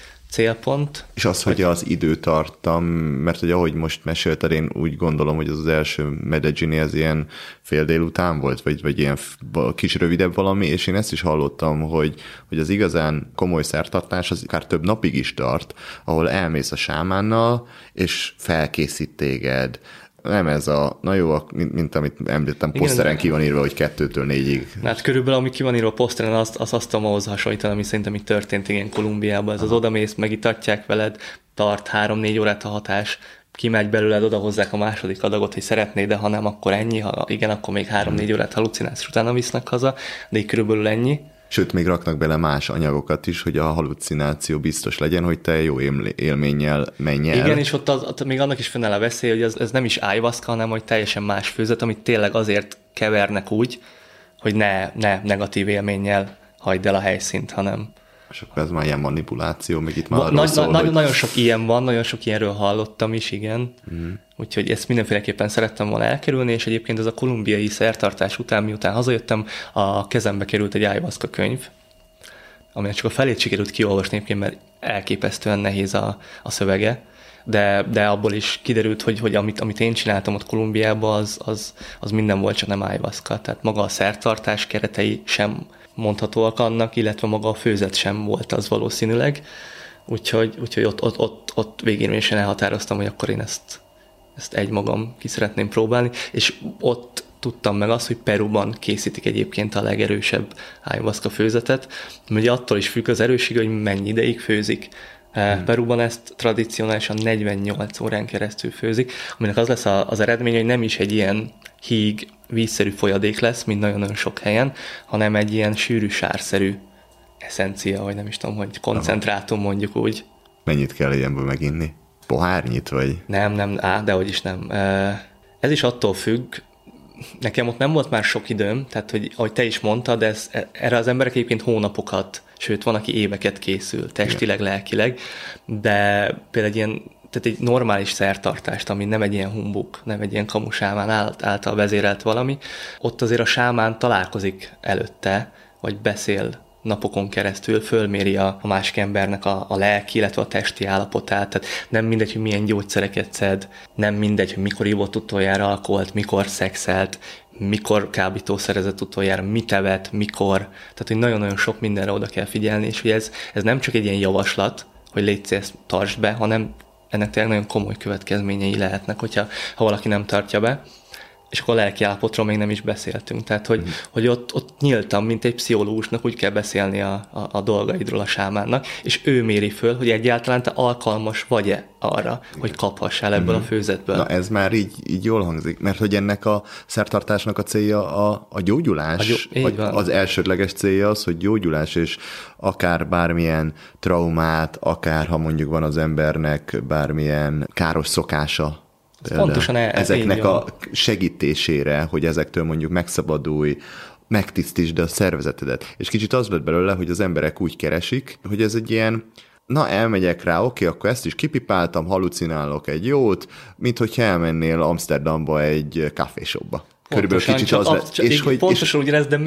célpont. És az, hogy az időtartam, mert hogy ahogy most mesélted, én úgy gondolom, hogy az első Medellín az ilyen fél délután volt, vagy ilyen kis rövidebb valami, és én ezt is hallottam, hogy az igazán komoly szertartás az akár több napig is tart, ahol elmész a sámánnal, és felkészít téged. Nem ez na jó, mint amit említettem, poszteren ki van írva, hogy 2-től 4-ig. Hát körülbelül, ami ki van írva poszteren, azt tudom ahhoz hasonlítani, ami szerintem itt történt igen Kolumbiában. Ez az odamész, megitatják veled, tart 3-4 órát a hatás, kimegy belőled, odahozzák a második adagot, hogy szeretnéd, de ha nem, akkor ennyi, ha igen, akkor még 3-4 órát halucinálsz, és utána visznek haza, de így körülbelül ennyi. Sőt, még raknak bele más anyagokat is, hogy a halucináció biztos legyen, hogy te jó élménnyel menj el. Igen, és ott még annak is fennáll a veszély, hogy ez nem is ayahuasca, hanem hogy teljesen más főzet, amit tényleg azért kevernek úgy, hogy ne negatív élménnyel hagyd el a helyszínt, hanem... És akkor ez már ilyen manipuláció, még itt már arról szól, hogy... Nagyon sok ilyen van, nagyon sok ilyenről hallottam is, igen. Úgyhogy ezt mindenféleképpen szerettem volna elkerülni, és egyébként ez a kolumbiai szertartás után, miután hazajöttem, a kezembe került egy ayahuasca könyv, aminek csak a felét sikerült kiolvasni egyébként, mert elképesztően nehéz a szövege, de abból is kiderült, hogy amit én csináltam ott Kolumbiában, az minden volt, csak nem ayahuasca. Tehát maga a szertartás keretei sem mondhatóak annak, illetve maga a főzet sem volt az valószínűleg. Úgyhogy ott végén is elhatároztam, hogy akkor én ezt egymagam ki szeretném próbálni, és ott tudtam meg azt, hogy Peruban készítik egyébként a legerősebb ayahuasca főzetet, mert ugye attól is függ az erősség, hogy mennyi ideig főzik. Peruban ezt tradicionálisan 48 órán keresztül főzik, aminek az lesz az eredmény, hogy nem is egy ilyen híg, vízszerű folyadék lesz, mint nagyon-nagyon sok helyen, hanem egy ilyen sűrű, sárszerű eszencia, vagy nem is tudom, hogy koncentrátum mondjuk úgy. Mennyit kell ilyenből meginni? Pohárnyit, vagy? Nem, dehogy is nem. Ez is attól függ, nekem ott nem volt már sok időm, tehát, hogy ahogy te is mondtad, erre az emberek egyébként hónapokat, sőt, van, aki éveket készül, testileg, lelkileg, de például egy normális szertartást, ami nem egy ilyen humbuk, nem egy ilyen kamusámán által vezérelt valami, ott azért a sámán találkozik előtte, vagy beszél napokon keresztül, fölméri a másik embernek a lelki, illetve a testi állapotát, tehát nem mindegy, hogy milyen gyógyszereket szed, nem mindegy, hogy mikor ivott utoljára alkoholt, mikor szexelt, mikor kábítószerezett utoljára, mit evett, mikor, tehát hogy nagyon-nagyon sok mindenre oda kell figyelni, és hogy ez nem csak egy ilyen javaslat, hogy légy ezt tartsd be, hanem ennek tényleg nagyon komoly következményei lehetnek, ha valaki nem tartja be. És akkor lelkiállapotról még nem is beszéltünk. Tehát, hogy ott nyíltan, mint egy pszichológusnak úgy kell beszélni a dolgaidról a sámánnak, és ő méri föl, hogy egyáltalán te alkalmas vagy-e arra, hogy kaphassál ebből a főzetből. Na ez már így jól hangzik, mert hogy ennek a szertartásnak a célja a gyógyulás, az elsődleges célja az, hogy gyógyulás, és akár bármilyen traumát, akár ha mondjuk van az embernek bármilyen káros szokása, pontosan ezeknek a segítésére, hogy ezektől mondjuk megszabadulj, megtisztítsd a szervezetedet. És kicsit az lett belőle, hogy az emberek úgy keresik, hogy ez egy ilyen, na elmegyek rá, oké, akkor ezt is kipipáltam, halucinálok egy jót, mint hogyha elmennél Amsterdamba egy kávéshopba. Körülbelül kicsit az lett. Pontosan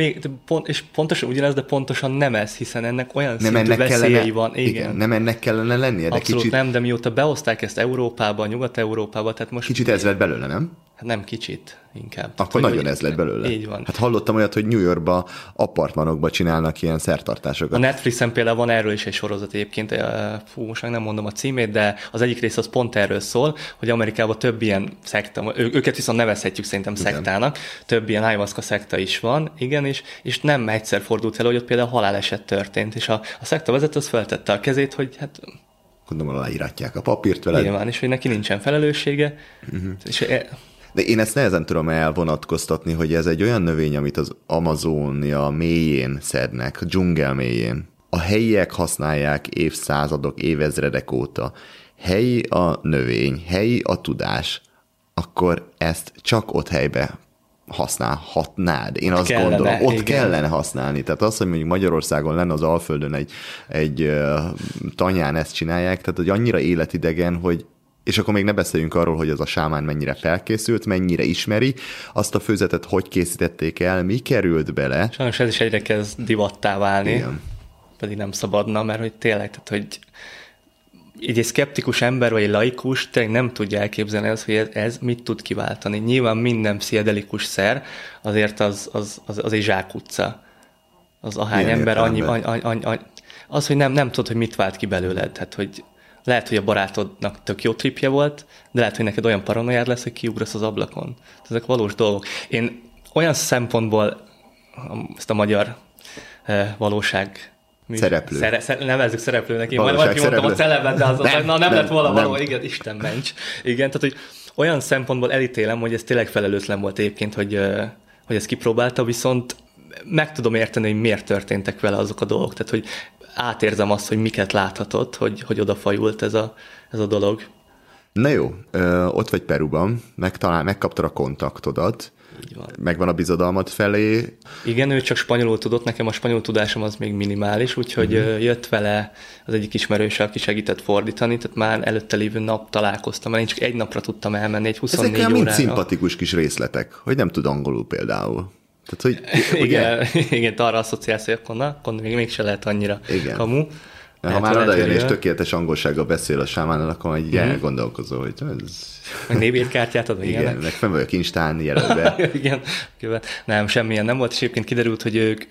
ugyanez, de pontosan nem ez, hiszen ennek olyan szintű veszélyei van. Igen, nem ennek kellene lennie. De abszolút kicsit... nem, de mióta behozták ezt Európába, Nyugat-Európába, tehát most... Kicsit ez lett belőle, nem? Hát nem kicsit, inkább. Akkor nagyon ez lett belőle. Így van. Hát hallottam olyat, hogy New Yorkba, apartmanokba csinálnak ilyen szertartásokat. A Netflixen például van erről is egy sorozat egyébként, most meg nem mondom a címét, de az egyik rész az pont erről szól, hogy Amerikában több ilyen szekta, őket viszont nevezhetjük szerintem szektának, több ilyen ayahuasca szekta is van, igen, és nem egyszer fordult elő, hogy ott például haláleset történt, és a szekta vezető az feltette a kezét, hogy hát... Gondolom, aláíratják a papírt veled. Igen, és hogy neki nincsen felelőssége. És de én ezt nehezen tudom elvonatkoztatni, hogy ez egy olyan növény, amit az Amazónia mélyén szednek, a dzsungel mélyén. A helyiek használják évszázadok, évezredek óta. Helyi a növény, helyi a tudás. Akkor ezt csak ott helybe használhatnád. Én azt gondolom, ott kellene használni. Tehát az, hogy mondjuk Magyarországon lenne az Alföldön egy tanyán ezt csinálják, tehát hogy annyira életidegen, hogy és akkor még ne beszéljünk arról, hogy az a sámán mennyire felkészült, mennyire ismeri, azt a főzetet hogy készítették el, mi került bele. Sajnos ez is egyre kezd divattá válni, igen. Pedig nem szabadna, mert hogy tényleg, tehát hogy egy szkeptikus ember, vagy egy laikus tényleg nem tudja elképzelni azt, hogy ez mit tud kiváltani. Nyilván minden pszichedelikus szer, azért az egy zsákutca. Az ahány ilyen ember az, hogy nem tudod, hogy mit vált ki belőled. Tehát, hogy lehet, hogy a barátodnak tök jó tripje volt, de lehet, hogy neked olyan paranoiád lesz, hogy kiugrasz az ablakon. Ezek valós dolgok. Én olyan szempontból ezt a magyar valóság szereplő. Nevezzük szereplőnek. Én majd kimondtam a celebet, de az nem lett volna való. Igen, Isten ments. Igen, tehát, hogy olyan szempontból elítélem, hogy ez tényleg felelőtlen volt egyébként, hogy ezt kipróbálta, viszont meg tudom érteni, hogy miért történtek vele azok a dolgok. Tehát, hogy átérzem azt, hogy miket láthatott, hogy odafajult ez a dolog. Na jó, ott vagy Peruban, megkaptad a kontaktodat, megvan a bizodalmat felé. Igen, ő csak spanyolul tudott, nekem a spanyol tudásom az még minimális, úgyhogy jött vele az egyik ismerőse, aki segített fordítani, tehát már előtte lévő nap találkoztam, mert én csak egy napra tudtam elmenni, egy 24 órára. Ezek mind szimpatikus kis részletek, hogy nem tud angolul például. Tehát, hogy, igen, arra asszociálsz, hogy akkor mégse lehet annyira kamu. Ha már odajön és tökéletes angolsággal beszél a sámánnal, akkor így elgondolkozol, hogy ez... Meg névjegykártyát ad, igen, meg fenn vagyok Instán jelölve. Igen, nem, semmilyen nem volt, és egyébként kiderült, hogy ők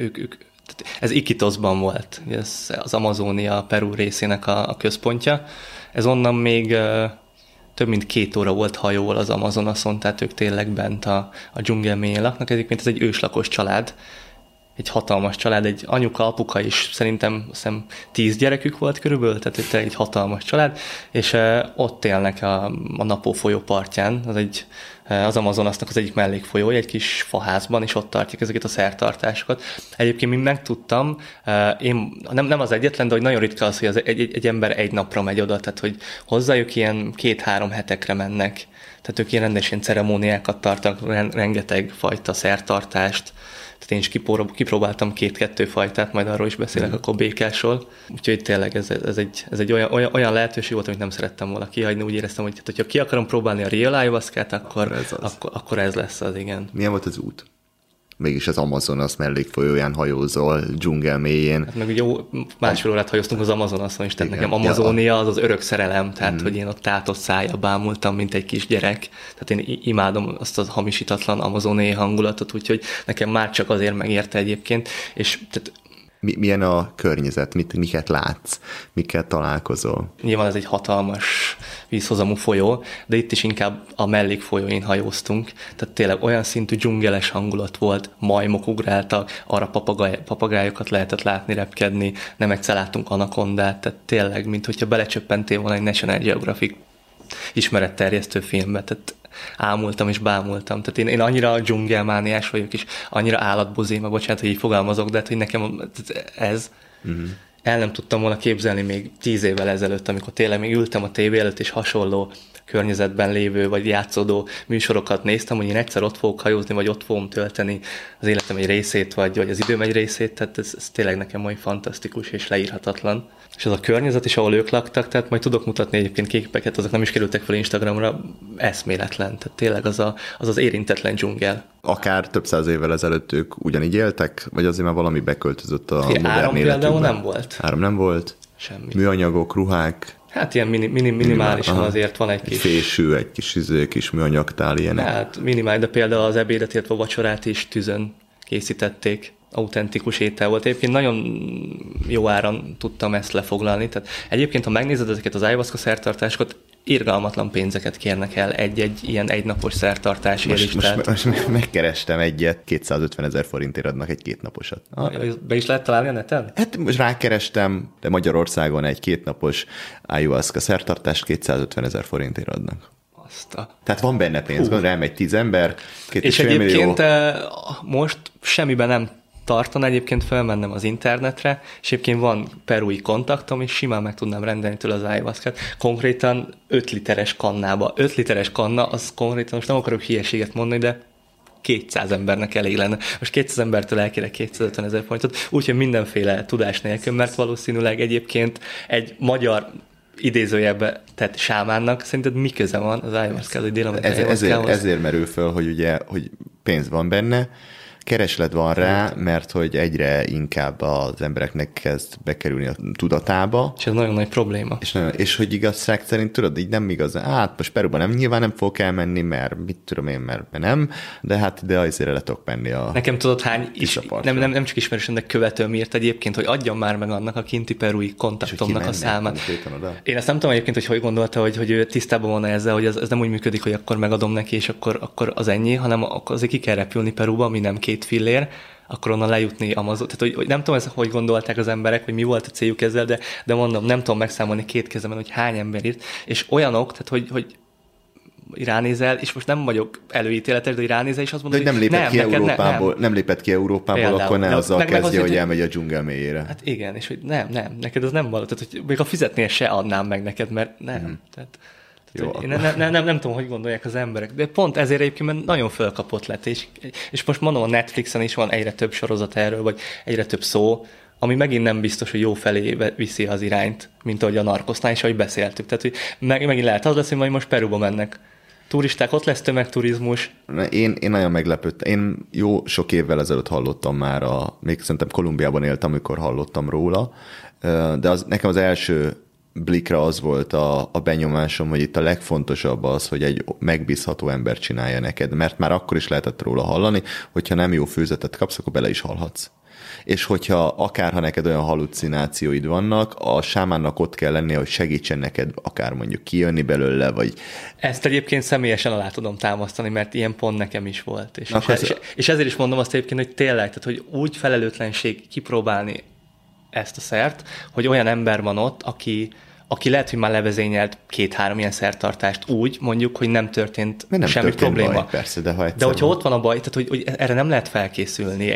ez Iquitósban volt, ez az Amazónia Peru részének a központja. Ez onnan még több mint 2 óra volt hajóval az Amazonason, tehát ők tényleg bent a dzsungel mélyén laknak. Egyébként ez egy őslakos család, egy hatalmas család, egy anyuka, apuka is, szerintem 10 gyerekük volt körülbelül, tehát egy hatalmas család, és ott élnek a Napo folyó partján, az Amazonasnak az egyik mellékfolyója, egy kis faházban, és ott tartják ezeket a szertartásokat. Egyébként mind megtudtam, én nem az egyetlen, de hogy nagyon ritka az, hogy egy ember egy napra megy oda, tehát hogy hozzájuk ilyen 2-3 hetekre mennek. Tehát ők ilyen rendes ilyen ceremóniákat tartanak, rengeteg fajta szertartást. Tehát én is kipróbáltam 2-2 fajtát, majd arról is beszélek akkor békásról. Úgyhogy tényleg ez egy olyan lehetőség volt, amit nem szerettem volna kihagyni. Úgy éreztem, hogy ha ki akarom próbálni a real ayahuascát, akkor ez lesz az, igen. Milyen volt az út? Mégis az Amazonas mellékfolyóján hajózol, dzsungel mélyén. Hát meg ugye másfél órát hajóztunk az Amazonason is, tehát nekem Amazónia az örök szerelem, tehát hogy én ott tátott szájjal bámultam, mint egy kis gyerek. Tehát én imádom azt a hamisítatlan amazóniai hangulatot, úgyhogy nekem már csak azért megérte egyébként. És tehát Milyen a környezet, miket látsz, mikkel találkozol? Nyilván ez egy hatalmas vízhozamú folyó, de itt is inkább a mellékfolyóin hajóztunk, tehát tényleg olyan szintű dzsungeles hangulat volt, majmok ugráltak, arra papagájokat lehetett látni repkedni, nem egyszer láttunk anakondát, tehát tényleg, mint hogyha belecsöppentél volna egy National Geographic ismeretterjesztő filmbe, tehát ámultam és bámultam. Tehát én annyira dzsungelmániás vagyok, és annyira állatbuzé, bocsánat, hogy így fogalmazok, de hogy nekem ez el nem tudtam volna képzelni még 10 évvel ezelőtt, amikor tényleg még ültem a tévé előtt, és hasonló környezetben lévő, vagy játszódó műsorokat néztem, hogy én egyszer ott fogok hajózni, vagy ott fogom tölteni az életem egy részét, vagy az időm egy részét, tehát ez tényleg nekem majd fantasztikus és leírhatatlan. És az a környezet is, ahol ők laktak, tehát majd tudok mutatni egyébként képeket, azok nem is kerültek fel Instagramra, eszméletlen, tehát tényleg az érintetlen dzsungel. Akár több száz évvel ezelőtt ők ugyanígy éltek, vagy azért már valami beköltözött a modern életükben? Áram például nem volt. Áram nem volt? Semmi. Műanyagok, ruhák? Hát ilyen minimálisan azért van egy kis... Fésű, egy kis műanyagtál, ilyenek. Hát minimális, de például az ebédet, illetve a vacsorát is tűzön készítették. Autentikus étel volt. Egyébként nagyon jó áron tudtam ezt lefoglalni. Tehát egyébként, ha megnézed ezeket az ayahuasca szertartásokat, irgalmatlan pénzeket kérnek el egy ilyen egynapos szertartásért. Most megkerestem egyet, 250 000 forintért adnak egy 2 naposat. Be is lehet találni a neten? Hát most rákerestem, de Magyarországon egy 2 napos ayahuasca szertartást 250 000 forintért adnak. Tehát van benne pénz, elmegy 10 ember, 2,5 és egyébként millió. most semmiben nem tartana egyébként felmennem az internetre, és egyébként van perui kontaktom, és simán meg tudnám rendelni tőle az ayahuascát. Konkrétan 5 literes kannába. 5 literes kanna, az konkrétan, most nem akarok hülyeséget mondani, de 200 embernek elég lenne. Most 200 embertől elkérek 250 000 forintot, úgyhogy mindenféle tudás nélkül, mert valószínűleg egyébként egy magyar idézőjelbe tett sámánnak szerinted mi köze van az ayahuasca, hogy ezért merül föl, hogy ugye, hogy pénz van benne, kereslet van rá, mert hogy egyre inkább az embereknek kezd bekerülni a tudatába. És ez nagyon nagy probléma. És hogy igazság szerint tudod, így nem igazán, hát most Peruban nyilván nem fogok elmenni, mert mit tudom én, mert nem, de hát ide azért le tudok menni a... Nekem tudod hány, nem csak ismerősöm, de követőm írt egyébként, hogy adjam már meg annak a kinti perui kontaktomnak a számát. Én ezt nem tudom egyébként, hogy gondolta, hogy ő tisztában van ezzel, hogy ez nem úgy működik, hogy akkor megadom neki, és akkor az ennyi, hanem akkor azért ki kell repülni Peruba, mi nem 2 fillér, akkor onnan lejutni Amazon. Tehát, hogy nem tudom, hogy gondolták az emberek, hogy mi volt a céljuk ezzel, de mondom, nem tudom megszámolni 2 kezemen, hogy hány ember írt, és olyanok, tehát, hogy ránézel, és most nem vagyok előítéletes, de hogy ránézel, és azt mondod, hogy nem lépett ki Európából, például, akkor ne azzal kezdje, hogy elmegy a dzsungel mélyére. Hát igen, és hogy nem, neked az nem való. Tehát, hogy még a fizetnél se adnám meg neked, mert nem. Tehát, jó, nem tudom, hogy gondolják az emberek, de pont ezért egyébként nagyon fölkapott lett, és most mondom, a Netflixen is van egyre több sorozat erről, vagy egyre több szó, ami megint nem biztos, hogy jó felé viszi az irányt, mint ahogy a Narcosnál is, ahogy beszéltük. Tehát, hogy megint lehet az lesz, hogy majd most Peruba mennek turisták, ott lesz tömegturizmus. Én nagyon meglepődtem. Én jó sok évvel ezelőtt hallottam már, még szerintem Kolumbiában éltem, amikor hallottam róla, de nekem az első blikra az volt a benyomásom, hogy itt a legfontosabb az, hogy egy megbízható ember csinálja neked, mert már akkor is lehetett róla hallani, hogyha nem jó főzetet kapsz, akkor bele is halhatsz. És hogyha akárha neked olyan hallucinációid vannak, a sámánnak ott kell lennie, hogy segítsen neked akár mondjuk kijönni belőle, vagy... Ezt egyébként személyesen alá tudom támasztani, mert ilyen pont nekem is volt. És ezért is mondom azt egyébként, hogy tényleg, tehát hogy úgy felelőtlenség kipróbálni ezt a szert, hogy olyan ember van ott, aki lehet, hogy már levezényelt 2-3 ilyen szertartást úgy, mondjuk, hogy nem történt semmi probléma. Baj, persze, de hogyha ott van a baj, tehát hogy erre nem lehet felkészülni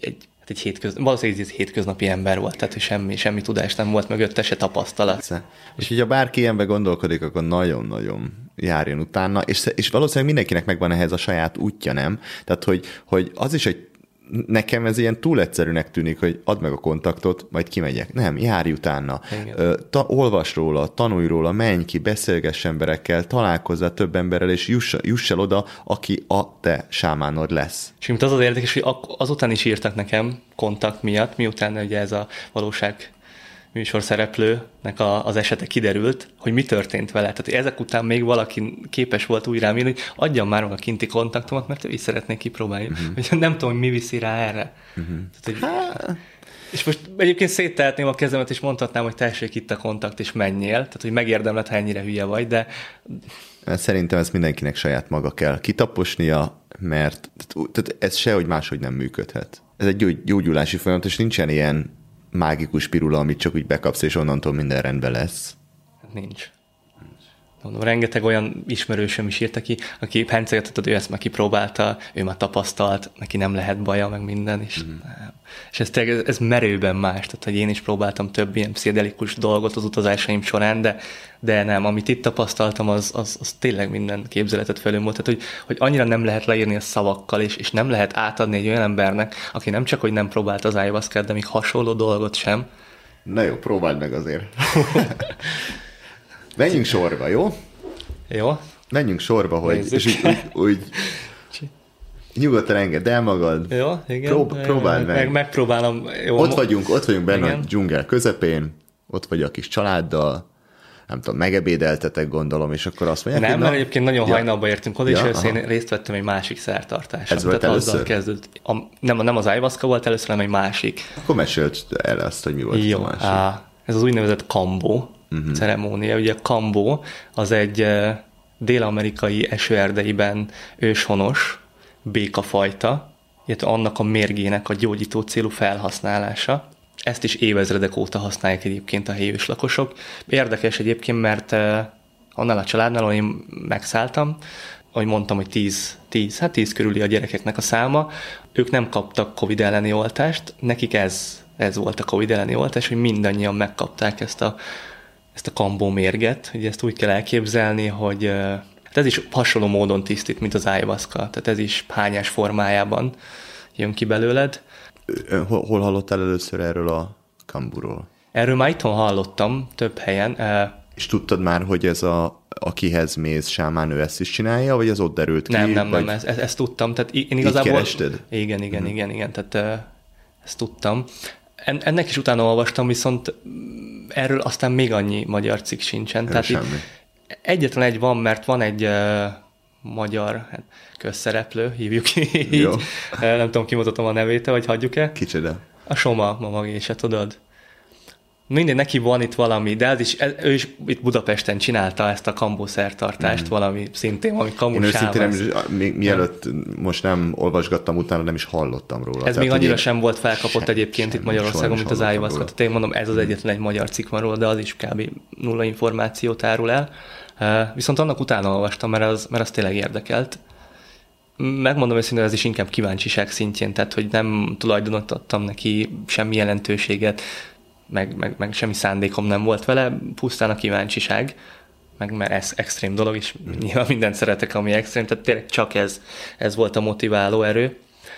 valószínűleg ez hétköznapi ember volt, tehát hogy semmi tudás nem volt mögötte, se tapasztalat. Persze. És hogyha bárki ilyenbe gondolkodik, akkor nagyon-nagyon járjon utána, és valószínűleg mindenkinek megvan ehhez a saját útja, nem? Tehát, hogy az is egy nekem ez ilyen túl egyszerűnek tűnik, hogy add meg a kontaktot, majd kimegyek. Nem, járj utána. Olvas róla, tanulj róla, menj ki, beszélgess emberekkel, találkozzál több emberrel, és juss el oda, aki a te sámánod lesz. És mint az érdekes, hogy azután is írtak nekem kontakt miatt, miután ugye ez a valóság műsorszereplőnek az esete kiderült, hogy mi történt vele. Tehát ezek után még valaki képes volt úgy rám írni, hogy adjam már meg a kinti kontaktomat, mert ő is szeretnék kipróbálni. Hogy nem tudom, hogy mi viszi rá erre. Tehát, hogy... És most egyébként széttehetném a kezemet, és mondhatnám, hogy tessék itt a kontakt, és menjél. Tehát, hogy megérdemled, ha ennyire hülye vagy, de... Szerintem ezt mindenkinek saját maga kell kitaposnia, mert tehát ez sehogy máshogy nem működhet. Ez egy gyógyulási folyamat, és nincsen ilyen mágikus pirula, amit csak úgy bekapsz, és onnantól minden rendben lesz. Nincs. Mondom, rengeteg olyan ismerősöm is írta ki, aki hencegetett, hogy ő ezt már kipróbálta, ő már tapasztalt, neki nem lehet baja, meg minden, és ez merőben más, tehát hogy én is próbáltam több ilyen pszichedelikus dolgot az utazásaim során, de nem, amit itt tapasztaltam, az tényleg minden képzeletet felül volt, tehát hogy annyira nem lehet leírni a szavakkal, és nem lehet átadni egy olyan embernek, aki nem csak, hogy nem próbált az ayahuascát, de még hasonló dolgot sem. Na jó, próbáld meg azért. Menjünk sorba, jó? Jó. Menjünk sorba, hogy és úgy nyugodtan engedd el magad. Jó, igen. Próbáld meg. Megpróbálom. Jó. Ott vagyunk benne igen. a dzsungel közepén, ott vagy a kis családdal, nem tudom, megebédeltetek, gondolom, és akkor azt mondják, nem, mert egyébként nagyon hajnalba értünk oda, és én részt vettem egy másik szertartáson. Ez volt először? Azzal kezdődött. Nem az ayahuasca volt először, hanem egy másik. Akkor meséld el azt, hogy mi volt jó, a másik. Ez az úgynevezett kambó ceremónia. Ugye a kambó az egy dél-amerikai esőerdeiben őshonos békafajta, illetve annak a mérgének a gyógyító célú felhasználása. Ezt is évezredek óta használják egyébként a helyi őslakosok. Érdekes egyébként, mert annál a családnál, ahol én megszálltam, ahogy mondtam, hogy 10 körüli a gyerekeknek a száma, ők nem kaptak Covid elleni oltást, nekik ez volt a Covid elleni oltás, hogy mindannyian megkapták ezt a kambó mérget. Ugye ezt úgy kell elképzelni, hogy ez is hasonló módon tisztít, mint az ayahuasca, tehát ez is hányás formájában jön ki belőled. Hol hallottál először erről a kambúról? Erről már itthon hallottam több helyen. És tudtad már, hogy ez akihez mész sámán, ő ezt is csinálja, vagy az ott derült ki? Nem, ezt tudtam. Tehát én igazából... Így kerested? Igen, tehát ezt tudtam. Ennek is utána olvastam, viszont erről aztán még annyi magyar cikk sincsen. Tehát egyetlen egy van, mert van egy magyar közszereplő, hívjuk így. Jó. Nem tudom, kimutatom a nevét, vagy hagyjuk-e? Kicsoda? A Soma Mamagése, tudod? Mindegy, neki van itt valami, de ő is itt Budapesten csinálta ezt a kambószertartást, valami szintén, valami kamusával. Én őszintén mielőtt most nem olvasgattam utána, nem is hallottam róla. Ez még annyira sem volt felkapott egyébként itt Magyarországon, mint az ayahuasca. Tehát én mondom, ez az egyetlen egy magyar cikk van róla, de az is kb. Nulla információt árul el. Viszont annak utána olvastam, mert az tényleg érdekelt. Megmondom őszintén, ez is inkább kíváncsiság szintjén, tehát hogy nem tulajdonítottam neki semmi jelentőséget, meg semmi szándékom nem volt vele, pusztán a kíváncsiság, mert ez extrém dolog, és nyilván mindent szeretek, ami extrém, tehát tényleg csak ez volt a motiváló erő.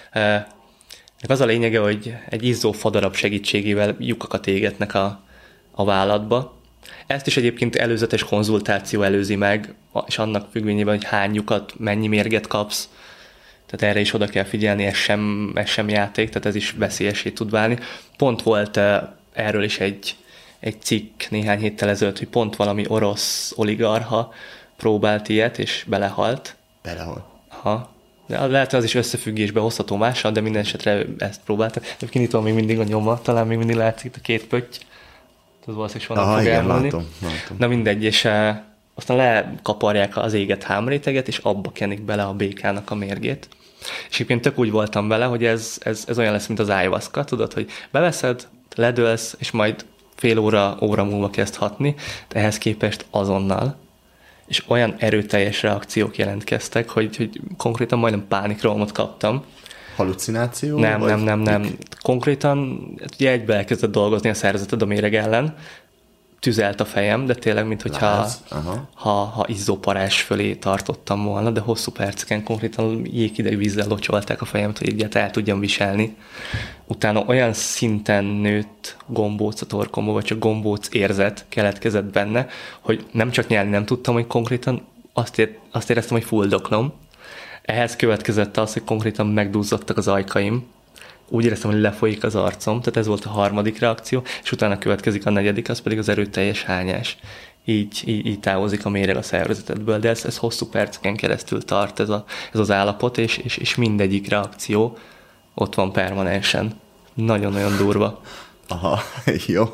Az a lényege, hogy egy izzó fadarab segítségével lyukakat égetnek a vállatba. Ezt is egyébként előzetes konzultáció előzi meg, és annak függvényében, hogy hány lyukat, mennyi mérget kapsz, tehát erre is oda kell figyelni, ez sem játék, tehát ez is veszélyessé tud válni. Pont volt erről is egy cikk néhány héttel ezelőtt, hogy pont valami orosz oligarcha próbált ilyet, és belehalt. Aha. De lehet, hogy az is összefüggésbe hozható mással, de minden esetre ezt próbálta. Egyébként itt van még mindig a nyoma, talán még mindig látszik itt a két pötty. Ez valószínűleg vannak fog elmúlni. Látom. Na mindegy, és aztán lekaparják az égett hámréteget, és abba kenik bele a békának a mérgét. És egyébként tök úgy voltam vele, hogy ez olyan lesz, mint az ayahuasca, tudod, hogy beveszed, ledőlsz, és majd fél óra múlva kezd hatni, de ehhez képest azonnal. És olyan erőteljes reakciók jelentkeztek, hogy konkrétan majdnem pánikrohamot kaptam. Halucináció? Nem. Konkrétan ugye egybe elkezdett dolgozni a szervezeted a méreg ellen, tüzelt a fejem, de tényleg, minthogyha ha izzóparás fölé tartottam volna, de hosszú perceken konkrétan jéghideg vízzel locsolták a fejemet, hogy egyet el tudjam viselni. Utána olyan szinten nőtt gombóc a torkomba, vagy csak gombóc érzet keletkezett benne, hogy nem csak nyelni nem tudtam, hogy konkrétan azt éreztem, hogy fuldoklom. Ehhez következett az, hogy konkrétan megduzzadtak az ajkaim, úgy éreztem, hogy lefolyik az arcom, tehát ez volt a harmadik reakció, és utána következik a negyedik, az pedig az erőteljes hányás. Így távozik a méreg a szervezetedből, de ez hosszú perceken keresztül tart ez az állapot, és mindegyik reakció ott van permanensen. Nagyon-nagyon durva. Aha, jó.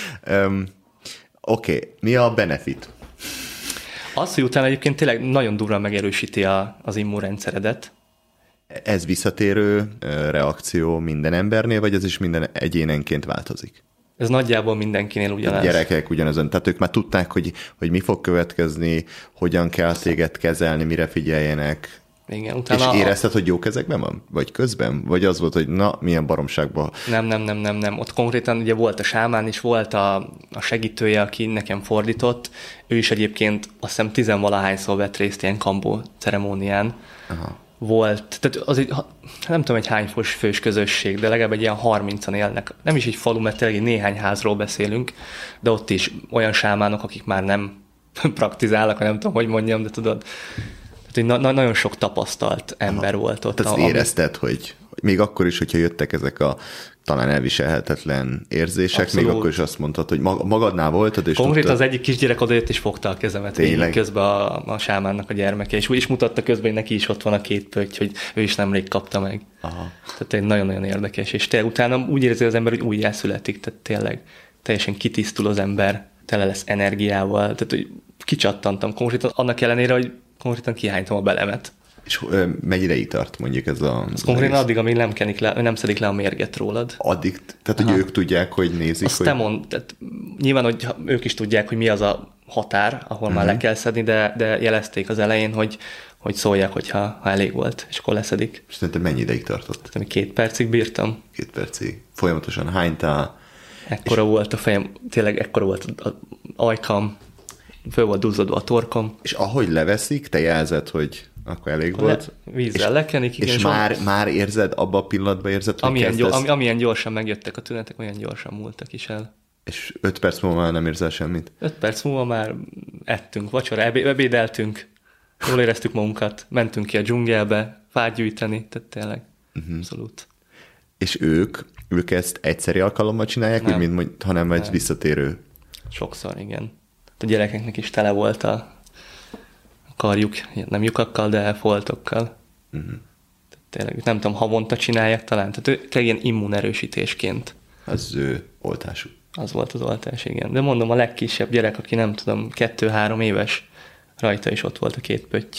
Oké, mi a benefit? Az, hogy utána egyébként tényleg nagyon durván megerősíti az immunrendszeredet. Ez visszatérő reakció minden embernél, vagy ez is minden egyénenként változik? Ez nagyjából mindenkinél ugyanaz. A gyerekek ugyanazon, tehát ők már tudták, hogy mi fog következni, hogyan kell téged kezelni, mire figyeljenek. Igen, utána és érezted, hogy jó kezekben van? Vagy közben? Vagy az volt, hogy na, milyen baromságban? Nem. Ott konkrétan ugye volt a sámán is, volt a segítője, aki nekem fordított. Ő is egyébként azt hiszem 10-valahányszor vett részt ilyen kambó ceremónián. Aha. Volt, tehát az egy, nem tudom, egy hány fős közösség, de legalább egy ilyen 30-an élnek. Nem is egy falu, mert tényleg egy néhány házról beszélünk, de ott is olyan sámánok, akik már nem praktizálnak, nem tudom, hogy mondjam, de tudod, tehát nagyon sok tapasztalt ember volt ott. Tehát érezted, hogy még akkor is, hogyha jöttek ezek a talán elviselhetetlen érzések, Abszolút. még akkor is azt mondtad, hogy magadnál voltad, és konkrétan tudtad... az egyik kisgyerek odajött és fogta a kezemet végig közben a sámánnak a gyermeke, és úgy is mutatta közben, hogy neki is ott van a 2 pötty, hogy ő is nemrég kapta meg. Aha. Tehát egy nagyon-nagyon érdekes, és te utána úgy érzi az ember, hogy újjászületik, tehát tényleg teljesen kitisztul az ember, tele lesz energiával, tehát hogy kicsattantam konkrétan, annak ellenére, hogy konkrétan kihánytam a belemet. És mennyi ideig tart mondjuk ez a... Az konkrétan addig, amíg nem szedik le a mérget rólad. Addig? Tehát, hogy ők tudják, hogy nézik? Azt te mondd, tehát nyilván, hogy ők is tudják, hogy mi az a határ, ahol már le kell szedni, de jelezték az elején, hogy szóljak, hogyha elég volt, és akkor leszedik. És szerintem mennyi ideig tartott? Tehát 2 percig bírtam. 2 percig. Folyamatosan hánytál? Ekkora volt a fejem, tényleg ekkora volt az ajkam, föl volt duzzadva a torkom. És ahogy leveszik, te jelzed, hogy akkor elég volt. Vízzel lekenik. Igen, és már érzed, abban a pillanatban érzed, hogy amilyen gyorsan megjöttek a tünetek, olyan gyorsan múltak is el. És 5 perc múlva már nem érzel semmit? 5 perc múlva már ettünk, vacsora, ebédeltünk, jól éreztük magunkat, mentünk ki a dzsungelbe, fát gyűjteni, tehát tényleg, abszolút. És ők ezt egyszeri alkalommal csinálják, nem. Úgy, hanem egy visszatérő? Sokszor, igen. A gyerekeknek is tele volt a karjuk, nem lyukakkal, de foltokkal. Tényleg, nem tudom, havonta csinálják talán, tehát ilyen immunerősítésként. Az oltásuk. Az volt az oltás, igen. De mondom, a legkisebb gyerek, aki nem tudom, 2-3 éves, rajta is ott volt a 2 pötty.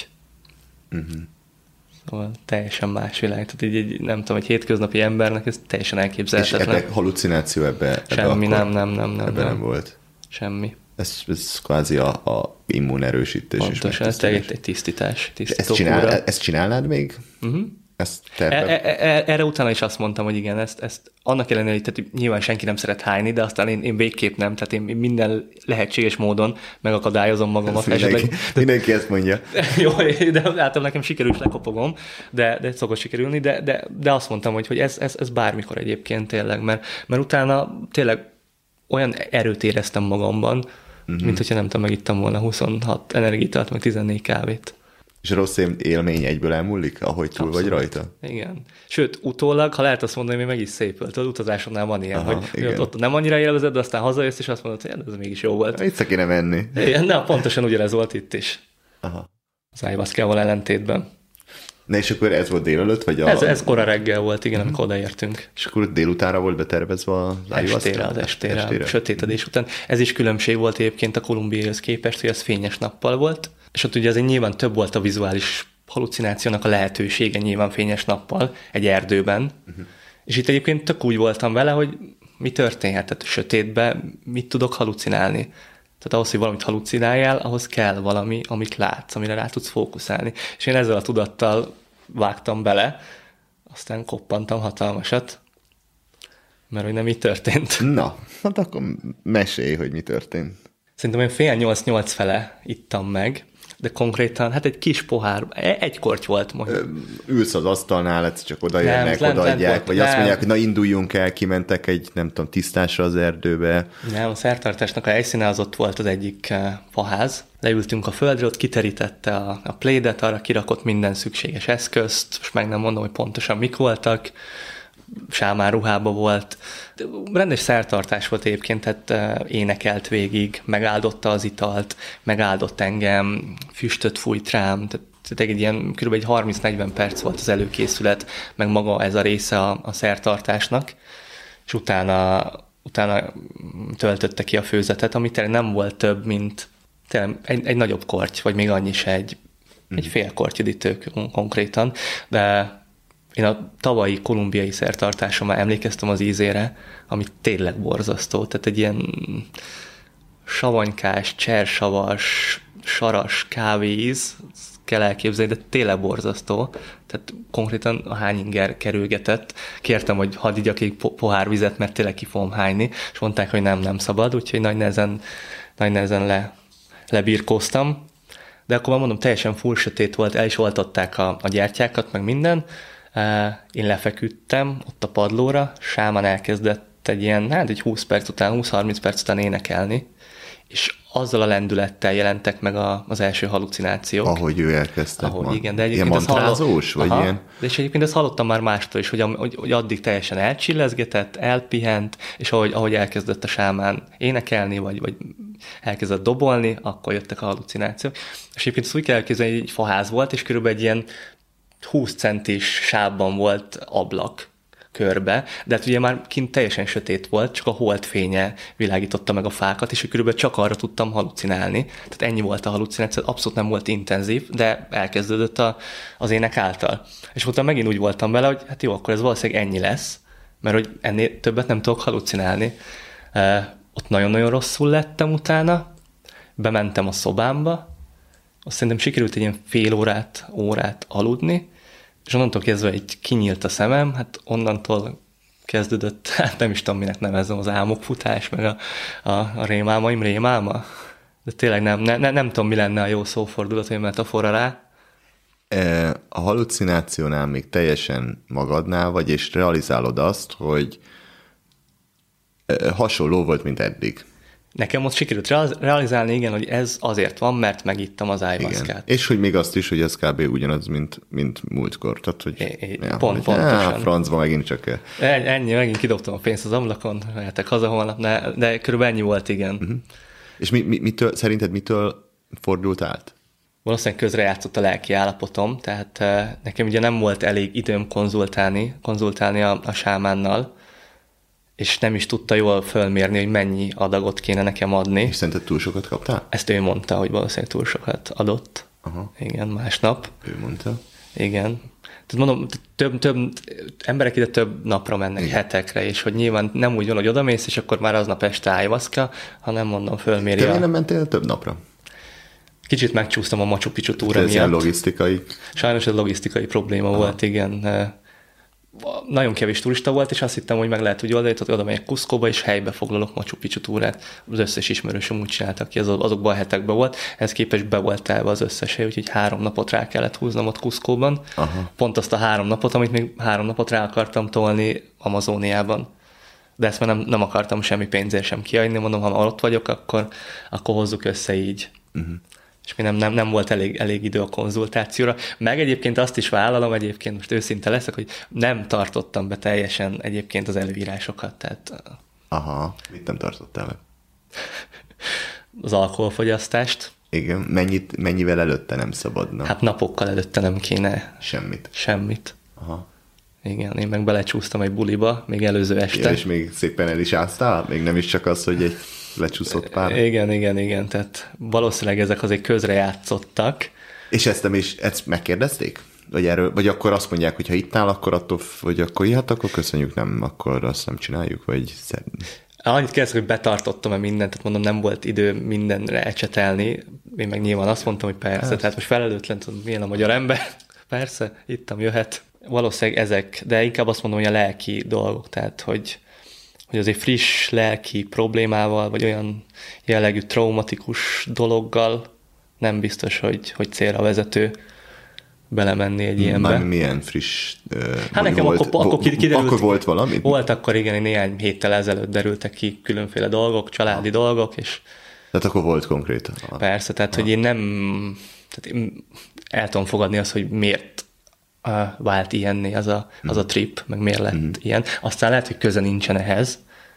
Szóval teljesen más világ. Tehát így nem tudom, egy hétköznapi embernek ez teljesen elképzelhetetlen. És ebben hallucináció semmi, nem volt. Semmi. Ez kvázi a immunerősítés. Pontosan, ez egy tisztítás. Ezt csinálnád még? Erre utána is azt mondtam, hogy igen, ezt annak ellenére, hogy nyilván senki nem szeret hányni, de aztán én végképp nem, tehát én minden lehetséges módon megakadályozom magamat. Mindenki ezt mondja. Jó, de általában nekem sikerül, és lekopogom, de szokott sikerülni, de azt mondtam, hogy ez bármikor egyébként tényleg, mert utána tényleg olyan erőt éreztem magamban, mint hogyha nem tudom, megittam volna 26 energiát, meg 14 kávét. És a rossz élmény egyből elmúlik, ahogy túl vagy rajta? Igen. Sőt, utólag, ha lehet azt mondani, hogy meg is szépült. Az utazásomnál van ilyen, hogy ott nem annyira élvezed, de aztán hazajössz, és azt mondod, hogy ez mégis jó volt. Itt kéne menni. Igen, na, pontosan ugyanez volt itt is. Aha. Az ayahuascával ellentétben. Na és akkor ez volt délelőtt? Vagy ez kora reggel volt, igen, amikor odaértünk. És akkor délutánra volt betervezve az ayahuasca? Az estére. Sötétedés után. Ez is különbség volt egyébként a kolumbiaihoz képest, hogy ez fényes nappal volt. És ott ugye azért nyilván több volt a vizuális hallucinációnak a lehetősége nyilván fényes nappal egy erdőben. És itt egyébként tök úgy voltam vele, hogy mi történhet, tehát sötétben mit tudok halucinálni. Tehát ahhoz, hogy valamit halucináljál, ahhoz kell valami, amit látsz, amire rá tudsz fókuszálni. És én ezzel a tudattal vágtam bele, aztán koppantam hatalmasat, mert hogy nem így történt. Na, hát akkor mesélj, hogy mi történt. Szerintem én 7:30-8 fele ittam meg, de konkrétan, hát egy kis pohár, egy korty volt mondjuk. Ülsz az asztalnál, egyszer csak odaérnek, odaadják, vagy azt mondják, hogy na induljunk el, kimentek egy, nem tudom, tisztásra az erdőbe. Nem, a szertartásnak a helyszíne az ott volt az egyik faház. Leültünk a földre, ott kiterítette a plédet, arra kirakott minden szükséges eszközt, most meg nem mondom, hogy pontosan mik voltak, sámán ruhában volt. Rendes szertartás volt egyébként, tehát énekelt végig, megáldotta az italt, megáldott engem, füstöt fújt rám, tehát egy ilyen kb. 30-40 perc volt az előkészület, meg maga ez a része a szertartásnak. és utána töltötte ki a főzetet, ami tényleg nem volt több, mint tényleg egy nagyobb korty, vagy még annyi se, egy fél kortyüdítő konkrétan, de én a tavalyi kolumbiai szertartásommal emlékeztem az ízére, ami tényleg borzasztó, tehát egy ilyen savanykás, csersavas, saras kávéíz, kell elképzelni, de tényleg borzasztó. Tehát konkrétan a hányinger kerülgetett. Kértem, hogy hadd igyak egy pohár vizet, mert tényleg ki fogom hányni, és mondták, hogy nem szabad, úgyhogy nagy nehezen lebirkóztam. De akkor már mondom, teljesen full sötét volt, el is oltották a gyertyákat, meg minden. Én lefeküdtem ott a padlóra, Sámán elkezdett egy ilyen, egy 20-30 perc után énekelni, és azzal a lendülettel jelentek meg az első halucinációk. Ahogy ő elkezdte. Igen, de egyébként ilyen mantrázós? Vagy ilyen? De és egyébként ezt hallottam már mástól is, hogy addig teljesen elcsillezgetett, elpihent, és ahogy elkezdett a sámán énekelni, vagy elkezdett dobolni, akkor jöttek a halucinációk. És egyébként ezt úgy kell elképzelni, hogy egy faház volt, és körülbelül egy ilyen 20 centis sávban volt ablak körbe, de hát ugye már kint teljesen sötét volt, csak a holdfénye világította meg a fákat, és körülbelül csak arra tudtam halucinálni. Tehát ennyi volt a halucináció, abszolút nem volt intenzív, de elkezdődött az ének által. És utána megint úgy voltam vele, hogy hát jó, akkor ez valószínűleg ennyi lesz, mert hogy ennél többet nem tudok halucinálni. Ott nagyon-nagyon rosszul lettem utána, bementem a szobámba, azt szerintem sikerült egy ilyen fél órát aludni, és onnantól kezdve egy kinyílt a szemem, hát onnantól kezdődött, hát nem is tudom, minek nevezzem, az álmokfutás, meg a rémálmaim rémálma. De tényleg nem tudom, mi lenne a jó szófordulat, vagy metafora rá. A halucinációnál még teljesen magadnál vagy, és realizálod azt, hogy hasonló volt, mint eddig. Nekem ott sikerült realizálni, igen, hogy ez azért van, mert megittam az ayahuascát. És hogy még azt is, hogy ez kb. Ugyanaz, mint múltkor. Tehát, hogy pontosan. Francba megint csak... Ennyi, megint kidobtam a pénzt az ablakon, mehetek haza holnap, de körülbelül ennyi volt, igen. Uh-huh. És szerinted mitől fordult át? Valószínűleg közrejátszott a lelki állapotom, tehát nekem ugye nem volt elég időm konzultálni a sámánnal, és nem is tudta jól fölmérni, hogy mennyi adagot kéne nekem adni. És szerinted túl sokat kaptál? Ezt ő mondta, hogy valószínűleg túl sokat adott. Aha. Igen, másnap. Ő mondta. Igen. Tehát mondom, több emberek ide több napra mennek, igen, hetekre, és hogy nyilván nem úgy van, hogy odamész, és akkor már aznap este ayahuasca, hanem mondom, fölméri. Te nem mentél több napra? Kicsit megcsúsztam a Machu Picchu túra miatt. Ez logisztikai? Sajnos ez logisztikai probléma volt, igen. Nagyon kevés turista volt, és azt hittem, hogy meg lehet úgy oldani, hogy oda megyek Cuscóba, és helybe foglalok Machu Picchu túrát. Az összes ismerősöm úgy csináltak ki, azokban a hetekben volt. Ehhez képest be volt telve az összes hely, úgyhogy 3 napot rá kellett húznom ott Cuscóban. Aha. Pont azt a 3 napot, amit még 3 napot rá akartam tolni Amazóniában. De ezt már nem akartam semmi pénzért sem kiadni, mondom, ha ott vagyok, akkor hozzuk össze így. Uh-huh. És még nem volt elég idő a konzultációra. Meg egyébként azt is vállalom, egyébként most őszinte leszek, hogy nem tartottam be teljesen egyébként az előírásokat. Tehát, aha, mit nem tartottál be? Az alkoholfogyasztást. Igen, mennyivel előtte nem szabadna? Hát napokkal előtte nem kéne. Semmit. Aha. Igen, én meg belecsúsztam egy buliba, még előző este. Ja, és még szépen el is áztál? Még nem is csak az, hogy egy lecsúszott pár? Igen. Tehát valószínűleg ezek azért közrejátszottak. És ezt megkérdezték? Vagy akkor azt mondják, hogy ha itt áll, akkor attól, hogy akkor hát akkor köszönjük, nem, akkor azt nem csináljuk, vagy... Annyit kérdeztek, hogy betartottam-e mindent, tehát mondom, nem volt idő mindenre ecsetelni. Én meg nyilván azt mondtam, hogy persze. Tehát most felelőtlen tudom, milyen a magyar ember. Persze, ittam, jöhet. Valószínűleg ezek, de inkább azt mondom, hogy a lelki dolgok, tehát hogy azért friss lelki problémával, vagy olyan jellegű traumatikus dologgal nem biztos, hogy célra vezető belemenni egy ilyenbe. Már milyen friss... Hát nekem akkor kiderült... Akkor volt valami? Volt akkor, igen, néhány héttel ezelőtt derültek ki különféle dolgok, családi dolgok, és... Tehát akkor volt konkrétan. Persze, tehát hogy én nem... Tehát én el tudom fogadni azt, hogy miért vált ilyenné az a trip, meg miért lett ilyen. Aztán lehet, hogy köze nincsen ehhez,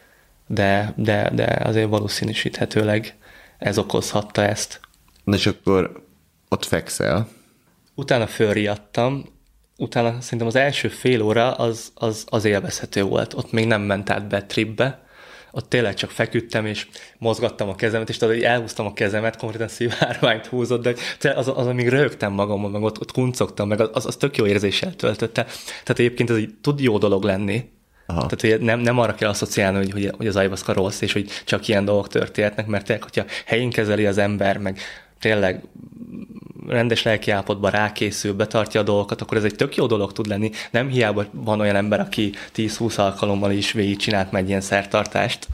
de azért valószínűsíthetőleg ez okozhatta ezt. Na és akkor ott fekszel. Utána fölriadtam, utána szerintem az első fél óra az élvezhető volt. Ott még nem ment át bad tripbe. Ott tényleg csak feküdtem, és mozgattam a kezemet, és tudod, hogy elhúztam a kezemet, konkrétan szívárványt húzott, de az amíg röhögtem magamon, meg ott kuncogtam, meg az tök jó érzéssel töltötte. Tehát egyébként ez tud jó dolog lenni. Aha. Tehát hogy nem arra kell asszociálni, hogy az ayahuasca rossz, és hogy csak ilyen dolgok történhetnek, mert tényleg, hogyha helyén kezeli az ember, meg tényleg rendes lelkiállapotban rákészül, betartja a dolgokat, akkor ez egy tök jó dolog tud lenni. Nem hiába van olyan ember, aki 10-20 alkalommal is végigcsinált meg ilyen szertartást.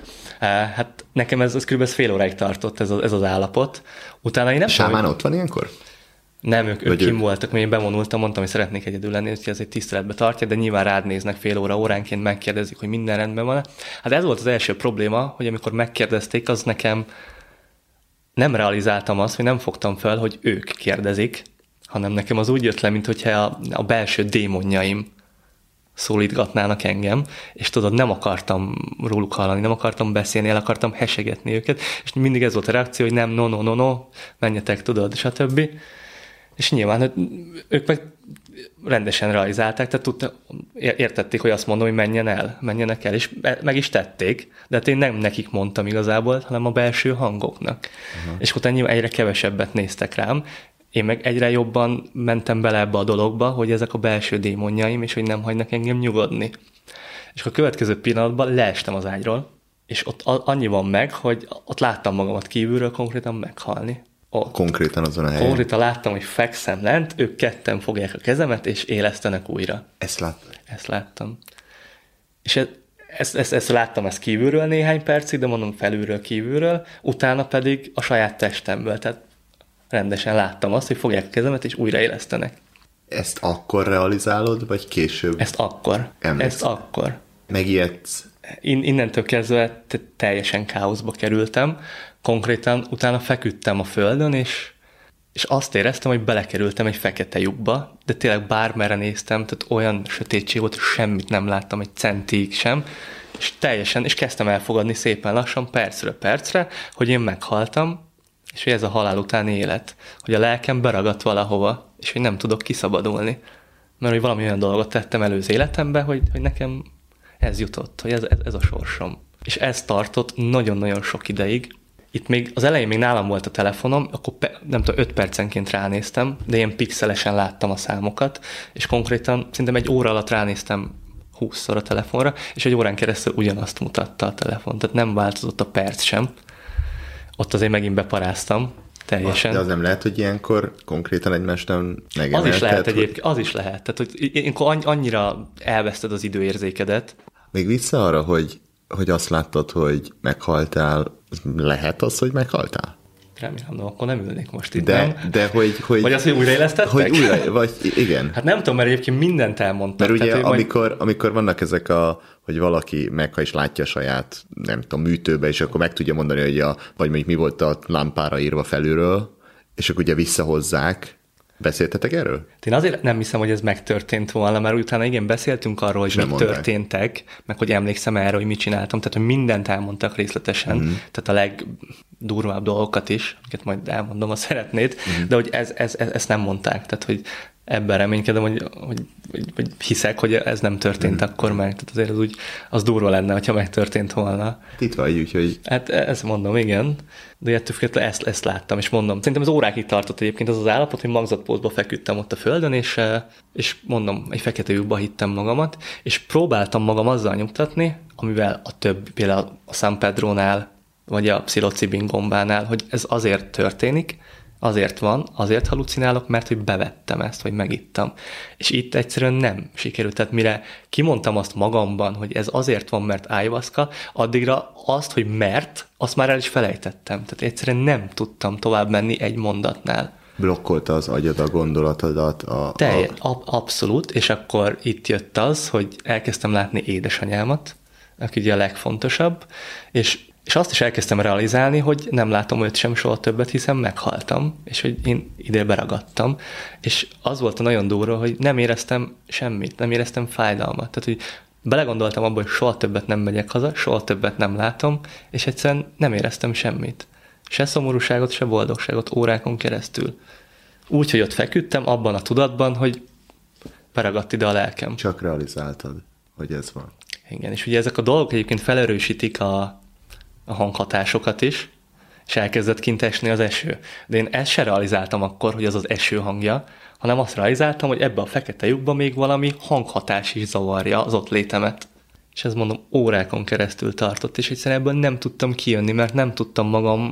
Hát nekem ez kb. Fél óráig tartott ez az állapot. Utána én nem Sámán ott van ilyenkor? Nem, ők kim voltak, mert én bevonultam, mondtam, hogy szeretnék egyedül lenni, hogy ez egy tiszteletbe tartja, de nyilván rád néznek fél óránként, megkérdezik, hogy minden rendben van. Hát ez volt az első probléma, hogy amikor megkérdezték, az nekem nem realizáltam azt, hogy nem fogtam fel, hogy ők kérdezik, hanem nekem az úgy jött le, mintha a belső démonjaim szólítgatnának engem, és tudod, nem akartam róluk hallani, nem akartam beszélni, el akartam hesegetni őket, és mindig ez volt a reakció, hogy nem, no, menjetek, tudod, stb. És nyilván ők meg rendesen realizálták, tehát értették, hogy azt mondom, hogy menjenek el, és meg is tették, de hát én nem nekik mondtam igazából, hanem a belső hangoknak. Uh-huh. És utána nyilván egyre kevesebbet néztek rám, én meg egyre jobban mentem bele ebbe a dologba, hogy ezek a belső démonjaim, és hogy nem hagynak engem nyugodni. És a következő pillanatban leestem az ágyról, és ott annyi van meg, hogy ott láttam magamat kívülről konkrétan meghalni. Ott. Konkrétan azon a helyen? Konkrétan láttam, hogy fekszem lent, ők ketten fogják a kezemet, és élesztenek újra. Ezt láttam? Ezt láttam. És ezt láttam ezt kívülről néhány percig, de mondom felülről, kívülről, utána pedig a saját testemből. Tehát rendesen láttam azt, hogy fogják a kezemet, és újra élesztenek. Ezt akkor realizálod, vagy később? Ezt akkor. Megijedsz? Innentől kezdve teljesen káoszba kerültem. Konkrétan utána feküdtem a földön, és azt éreztem, hogy belekerültem egy fekete lyukba, de tényleg bármerre néztem, tehát olyan sötétség volt, hogy semmit nem láttam, egy centig sem, és kezdtem elfogadni szépen lassan, percről percre, hogy én meghaltam, és hogy ez a halál utáni élet, hogy a lelkem beragadt valahova, és hogy nem tudok kiszabadulni. Mert hogy valami olyan dolgot tettem előző életemben, hogy nekem ez jutott, hogy ez a sorsom. És ez tartott nagyon-nagyon sok ideig. Itt még az elején még nálam volt a telefonom, akkor nem tudom, 5 percenként ránéztem, de ilyen pixelesen láttam a számokat, és konkrétan szerintem egy óra alatt ránéztem 20-szor a telefonra, és egy órán keresztül ugyanazt mutatta a telefon, tehát nem változott a perc sem. Ott azért megint beparáztam teljesen. De az nem lehet, hogy ilyenkor konkrétan egymástán megemelt? Az is lehet egyébként, az is lehet. Tehát, hogy ilyenkor annyira elveszted az időérzékedet. Még vissza arra, hogy azt láttad, hogy meghaltál, lehet az, hogy meghaltál? Remélem, no, akkor nem ülnék most itt, de, nem? De hogy... Vagy azt, hogy újraélesztettek? Vagy igen. Hát nem tudom, mert egyébként mindent elmondtak. Mert ugye, tehát, amikor vannak ezek hogy valaki meghal és látja saját, nem tudom, műtőbe, és akkor meg tudja mondani, hogy vagy mondjuk mi volt a lámpára írva felülről, és akkor ugye visszahozzák. Beszéltetek erről? Én azért nem hiszem, hogy ez megtörtént volna, mert utána igen, beszéltünk arról, hogy mik történtek, meg hogy emlékszem erre, hogy mit csináltam, tehát hogy mindent elmondtak részletesen, tehát a legdurvább dolgokat is, amiket majd elmondom, ha szeretnéd, de hogy ezt nem mondták, tehát hogy ebben reménykedem, hogy hiszek, hogy ez nem történt akkor meg, tehát azért az durva lenne, hogyha megtörtént volna. Itt vagy, úgyhogy... Hát ezt mondom, igen, de ettől függetlenül ezt láttam, és mondom, szerintem az órákig tartott egyébként az állapot, hogy magzatpózba feküdtem ott a földön, és mondom, egy fekete lyukba hittem magamat, és próbáltam magam azzal nyugtatni, amivel a több, például a San Pedrónál, vagy a pszilocibin gombánál, hogy ez azért történik, azért van, azért halucinálok, mert hogy bevettem ezt, vagy megittam. És itt egyszerűen nem sikerült. Tehát mire kimondtam azt magamban, hogy ez azért van, mert ayahuasca, addigra azt, hogy azt már el is felejtettem. Tehát egyszerűen nem tudtam tovább menni egy mondatnál. Blokkolta az agyad a gondolatodat? Abszolút, és akkor itt jött az, hogy elkezdtem látni édesanyámat, aki ugye a legfontosabb, és azt is elkezdtem realizálni, hogy nem látom őt sem soha többet, hiszen meghaltam, és hogy én ide beragadtam. És az volt a nagyon durva, hogy nem éreztem semmit, nem éreztem fájdalmat. Tehát, hogy belegondoltam abba, hogy soha többet nem megyek haza, soha többet nem látom, és egyszerűen nem éreztem semmit. Se szomorúságot, se boldogságot órákon keresztül. Úgy, hogy ott feküdtem, abban a tudatban, hogy beragadt ide a lelkem. Csak realizáltad, hogy ez van. Igen, és ugye ezek a dolgok egyébként felerősítik a hanghatásokat is, és elkezdett kint esni az eső. De én ezt se realizáltam akkor, hogy az az eső hangja, hanem azt realizáltam, hogy ebbe a fekete lyukba még valami hanghatás is zavarja az ott létemet. És ez mondom, órákon keresztül tartott, és egyszerűen ebből nem tudtam kijönni, mert nem tudtam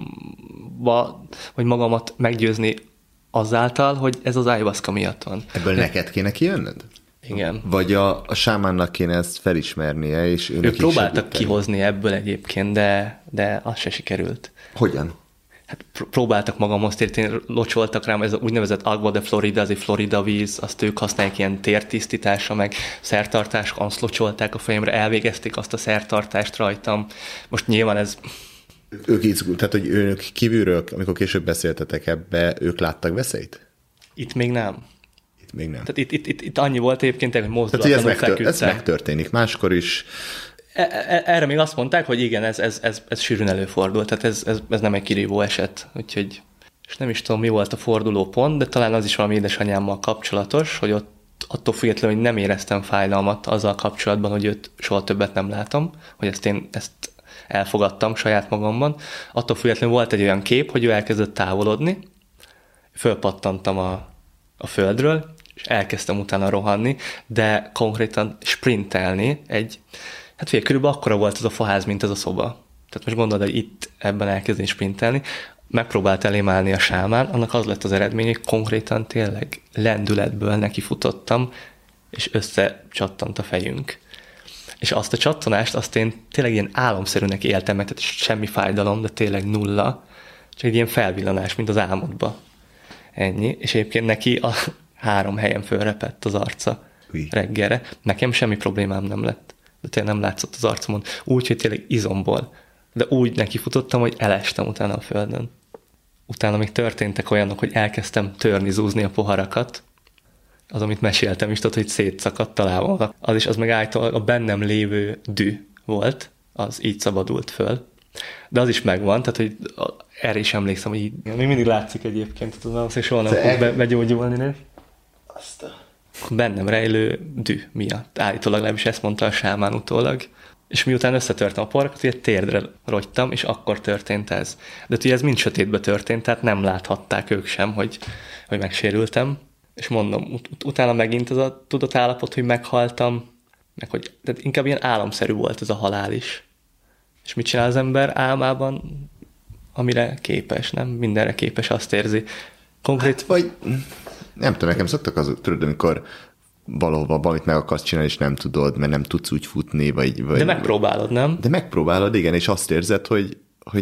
magamat meggyőzni azáltal, hogy ez az ayahuasca miatt van. Ebből neked kéne kijönnöd? Igen. Vagy a sámánnak kéne ezt felismernie, és ők próbáltak kihozni ebből egyébként, de az se sikerült. Hogyan? Hát próbáltak magamhoz térni, locsoltak rám, ez az úgynevezett Agua de Florida, ez egy Florida víz, azt ők használják ilyen tértisztításra, meg szertartás, azt locsolták a fejemre, elvégezték azt a szertartást rajtam. Most nyilván ez... Ők izgult, tehát hogy ők kívülről, amikor később beszéltetek ebbe, ők láttak veszélyt? Itt még nem. Itt még nem. Tehát itt annyi volt egyébként, hogy mozdulatlanul feküdtem. Ez megtörténik máskor is. Erre még azt mondták, hogy igen, ez sűrűn előfordul, tehát ez nem egy kirívó eset, úgyhogy és nem is tudom, mi volt a fordulópont, de talán az is valami édesanyámmal kapcsolatos, hogy ott attól függetlenül, hogy nem éreztem fájdalmat azzal kapcsolatban, hogy őt soha többet nem látom, hogy ezt elfogadtam saját magamban. Attól függetlenül volt egy olyan kép, hogy ő elkezdett távolodni, fölpattantam a földről, és elkezdtem utána rohanni, de konkrétan sprintelni hát figyelj, körülbelül akkora volt az a faház, mint ez a szoba. Tehát most gondolod, hogy itt ebben elkezdeni sprintelni, megpróbált elém állni a sámán, annak az lett az eredmény, hogy konkrétan tényleg lendületből nekifutottam, és összecsattant a fejünk. És azt a csattanást, azt én tényleg ilyen álomszerűnek éltem meg, tehát semmi fájdalom, de tényleg nulla, csak egy ilyen felvillanás, mint az álmodba. Ennyi. És egyébként neki a 3 helyen fölrepett az arca reggelre. Nekem semmi problémám nem lett. De tényleg nem látszott az arcomon. Úgy, hogy tényleg izomból. De úgy nekifutottam, hogy elestem utána a földön. Utána még történtek olyanok, hogy elkezdtem törni, zúzni a poharakat. Az, amit meséltem is, hogy szétszakadt a lábam. Az meg állítólag a bennem lévő dű volt, az így szabadult föl. De az is megvan, tehát hogy erre is emlékszem, hogy így, még mindig látszik egyébként, tudom, hogy soha nem fog begyógyulni. Bennem rejlő dű miatt. Állítólag legalábbis ezt mondta a sámán utólag. És miután összetörtem a poharakat, ugye térdre rogytam, és akkor történt ez. De ugye ez mind sötétbe történt, tehát nem láthatták ők sem, hogy megsérültem. És mondom, utána megint az a tudatállapot, hogy meghaltam, meg hogy tehát inkább ilyen álomszerű volt ez a halál is. És mit csinál az ember álmában, amire képes, nem? Mindenre képes, azt érzi. Konkrét... Hát, vagy nem tudom, nekem szoktak az, tudod, amikor valahova valamit meg akarsz csinálni, és nem tudod, mert nem tudsz úgy futni, vagy de megpróbálod, nem? De megpróbálod, igen, és azt érzed, hogy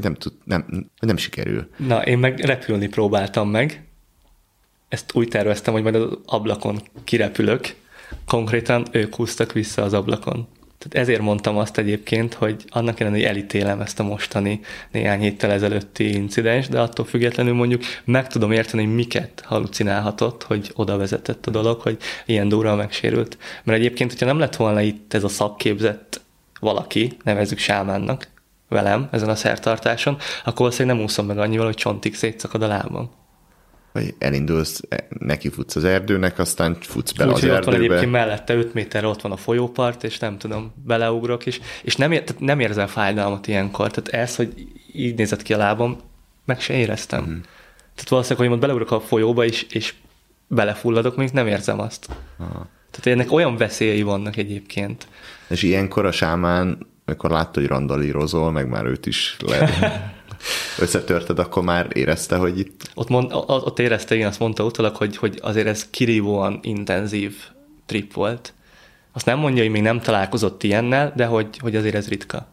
nem sikerül. Na, én meg repülni próbáltam meg. Ezt úgy terveztem, hogy majd az ablakon kirepülök. Konkrétan ők húztak vissza az ablakon. Tehát ezért mondtam azt egyébként, hogy annak ellenére, hogy elítélem ezt a mostani néhány héttel ezelőtti incidens, de attól függetlenül mondjuk meg tudom érteni, hogy miket halucinálhatott, hogy oda vezetett a dolog, hogy ilyen durran megsérült. Mert egyébként, hogyha nem lett volna itt ez a szakképzett valaki, nevezzük sámánnak, velem ezen a szertartáson, akkor valószínűleg nem úszom meg annyival, hogy csontig szétszakad a lábam. Vagy elindulsz, nekifutsz az erdőnek, aztán futsz bele az erdőbe. Ott van egyébként mellette 5 méterre ott van a folyópart, és nem tudom, beleugrok is, és nem érzem fájdalmat ilyenkor. Tehát ez, hogy így nézett ki a lábam, meg se éreztem. Tehát valószínűleg, hogy most beleugrok a folyóba is, és belefulladok, még nem érzem azt. Aha. Tehát ennek olyan veszélyei vannak egyébként. És ilyenkor a sámán, amikor látta, hogy randalírozol, meg már őt is összetörted, akkor már érezte, hogy itt... Ott érezte, igen, azt mondta utólag, hogy azért ez kirívóan intenzív trip volt. Azt nem mondja, hogy még nem találkozott ilyennel, de hogy azért ez ritka.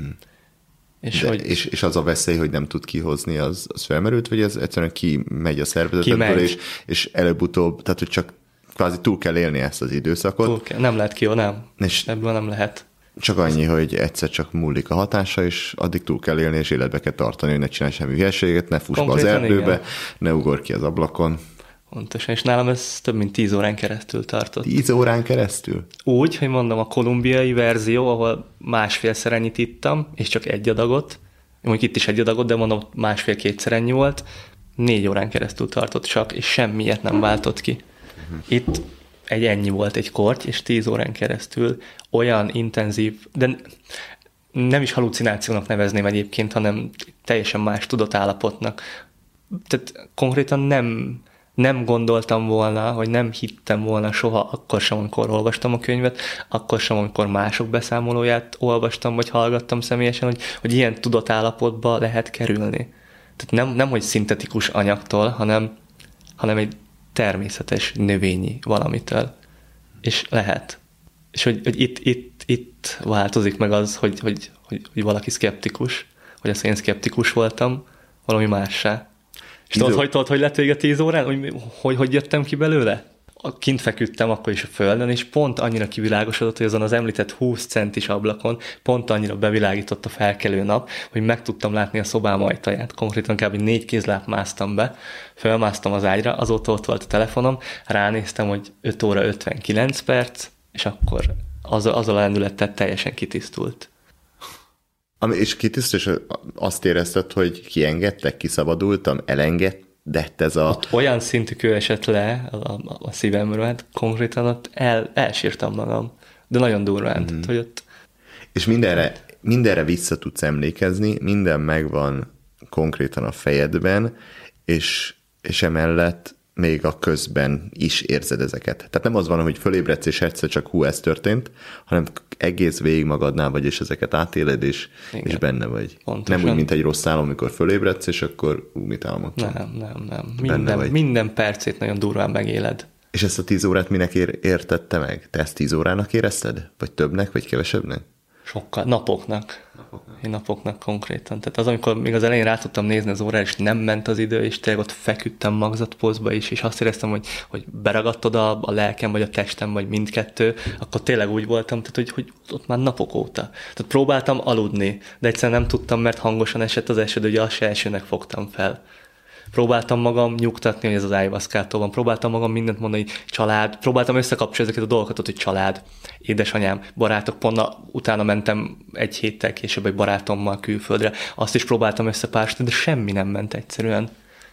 És az a veszély, hogy nem tud kihozni, az felmerült, vagy ez egyszerűen kimegy a szervezetedből, és előbb-utóbb, tehát hogy csak kvázi túl kell élni ezt az időszakot. Nem lehet ki, nem. És ebből nem lehet. Csak annyi, hogy egyszer csak múlik a hatása, és addig túl kell élni, és életbe kell tartani, hogy ne csinálj semmi hülyeséget, ne fuss be az erdőbe, igen. Ne ugorj ki az ablakon. Pontosan, és nálam ez több mint 10 órán keresztül tartott. 10 órán keresztül? Úgy, hogy mondom, a kolumbiai verzió, ahol 1,5-szer ennyit ittam, és csak egy adagot, mondjuk itt is egy adagot, de mondom, 1,5-2-szer ennyi volt, 4 órán keresztül tartott csak, és semmilyet nem váltott ki. Itt ennyi volt egy korty, és 10 órán keresztül olyan intenzív, de nem is halucinációnak nevezném egyébként, hanem teljesen más tudatállapotnak. Tehát konkrétan nem gondoltam volna, vagy nem hittem volna soha, akkor sem, amikor olvastam a könyvet, akkor sem, amikor mások beszámolóját olvastam, vagy hallgattam személyesen, hogy ilyen tudatállapotba lehet kerülni. Tehát nem hogy szintetikus anyagtól, hanem egy természetes növényi valamitől. És lehet. És hogy itt változik meg az, hogy valaki szkeptikus, hogy azt én szkeptikus voltam, valami mássá. És tudod, hogy lett vége 10 órán? Hogy jöttem ki belőle? Kint feküdtem akkor is a földön, és pont annyira kivilágosodott, hogy azon az említett 20 centis ablakon pont annyira bevilágított a felkelő nap, hogy meg tudtam látni a szobám ajtaját. Konkrétan kb. 4 kézláb másztam be, fölmásztam az ágyra, azóta ott volt a telefonom, ránéztem, hogy 5 óra 59 perc, és akkor azzal a lendülettel teljesen kitisztult. És kitisztult, és azt érezted, hogy kiengedtek, kiszabadultam, elengedett ez a... Ott olyan szintű kő esett le a szívemről, hát konkrétan ott elsírtam magam. De nagyon durván. Tehát, hogy ott... És mindenre vissza tudsz emlékezni, minden megvan konkrétan a fejedben, és emellett még a közben is érzed ezeket. Tehát nem az van, hogy fölébredsz, és egyszer csak ez történt, hanem egész végig magadnál vagy, és ezeket átéled, és benne vagy. Pontosan. Nem úgy, mint egy rossz álom, amikor fölébredsz, és akkor mit álmodtam. Nem. Minden percét nagyon durván megéled. És ezt a 10 órát minek értette meg? Te ezt 10 órának érezted? Vagy többnek, vagy kevesebbnek? Sokkal. Napoknak. Én napoknak konkrétan. Tehát az, amikor még az elején rá tudtam nézni az órára, és nem ment az idő, és tényleg ott feküdtem magzatpózba is, és azt éreztem, hogy beragadt oda a lelkem, vagy a testem, vagy mindkettő, akkor tényleg úgy voltam, tehát, hogy ott már napok óta. Tehát próbáltam aludni, de egyszerűen nem tudtam, mert hangosan esett az eső, de ugye azt se esőnek fogtam fel. Próbáltam magam nyugtatni, hogy ez az ayahuaszkától van. Próbáltam magam mindent mondani, hogy család. Próbáltam összekapcsolni ezeket a dolgokat, hogy család, édesanyám, barátok. Pont utána mentem egy héttel később egy barátommal külföldre. Azt is próbáltam összepársítani, de semmi nem ment egyszerűen.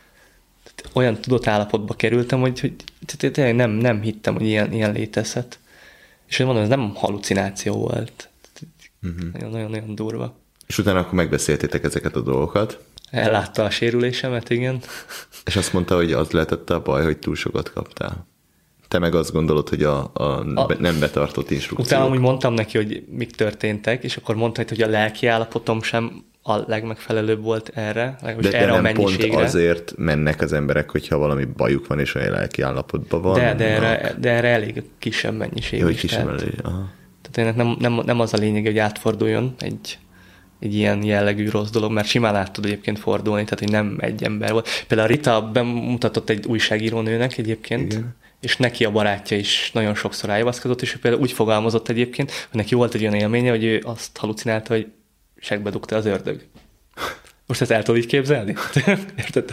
Olyan tudatállapotba kerültem, hogy tényleg nem hittem, hogy ilyen létezhet. És hogy mondom, ez nem halucináció volt. Nagyon-nagyon durva. És utána akkor megbeszéltétek ezeket a dolgokat? Ellátta a sérülésemet, igen. És azt mondta, hogy az lehetett a baj, hogy túl sokat kaptál. Te meg azt gondolod, hogy a nem betartott instrukciók. Utána úgy mondtam neki, hogy mik történtek, és akkor mondta, hogy a lelki állapotom sem a legmegfelelőbb volt erre, de erre nem a mennyiségre. Pont azért mennek az emberek, hogyha valami bajuk van, és olyan lelki állapotban van. De erre elég kisebb mennyiség. Jó, kisebb elég. Aha. Tehát nem az a lényeg, hogy átforduljon egy ilyen jellegű rossz dolog, mert simán át tud egyébként fordulni, tehát hogy nem egy ember volt. Például Rita bemutatott egy újságírónőnek egyébként, igen. És neki a barátja is nagyon sokszor ayahuaszkozott, és ő például úgy fogalmazott egyébként, hogy neki volt egy olyan élménye, hogy ő azt halucinálta, hogy segbe dugta az ördög. Most ezt el tudod így képzelni? Érted?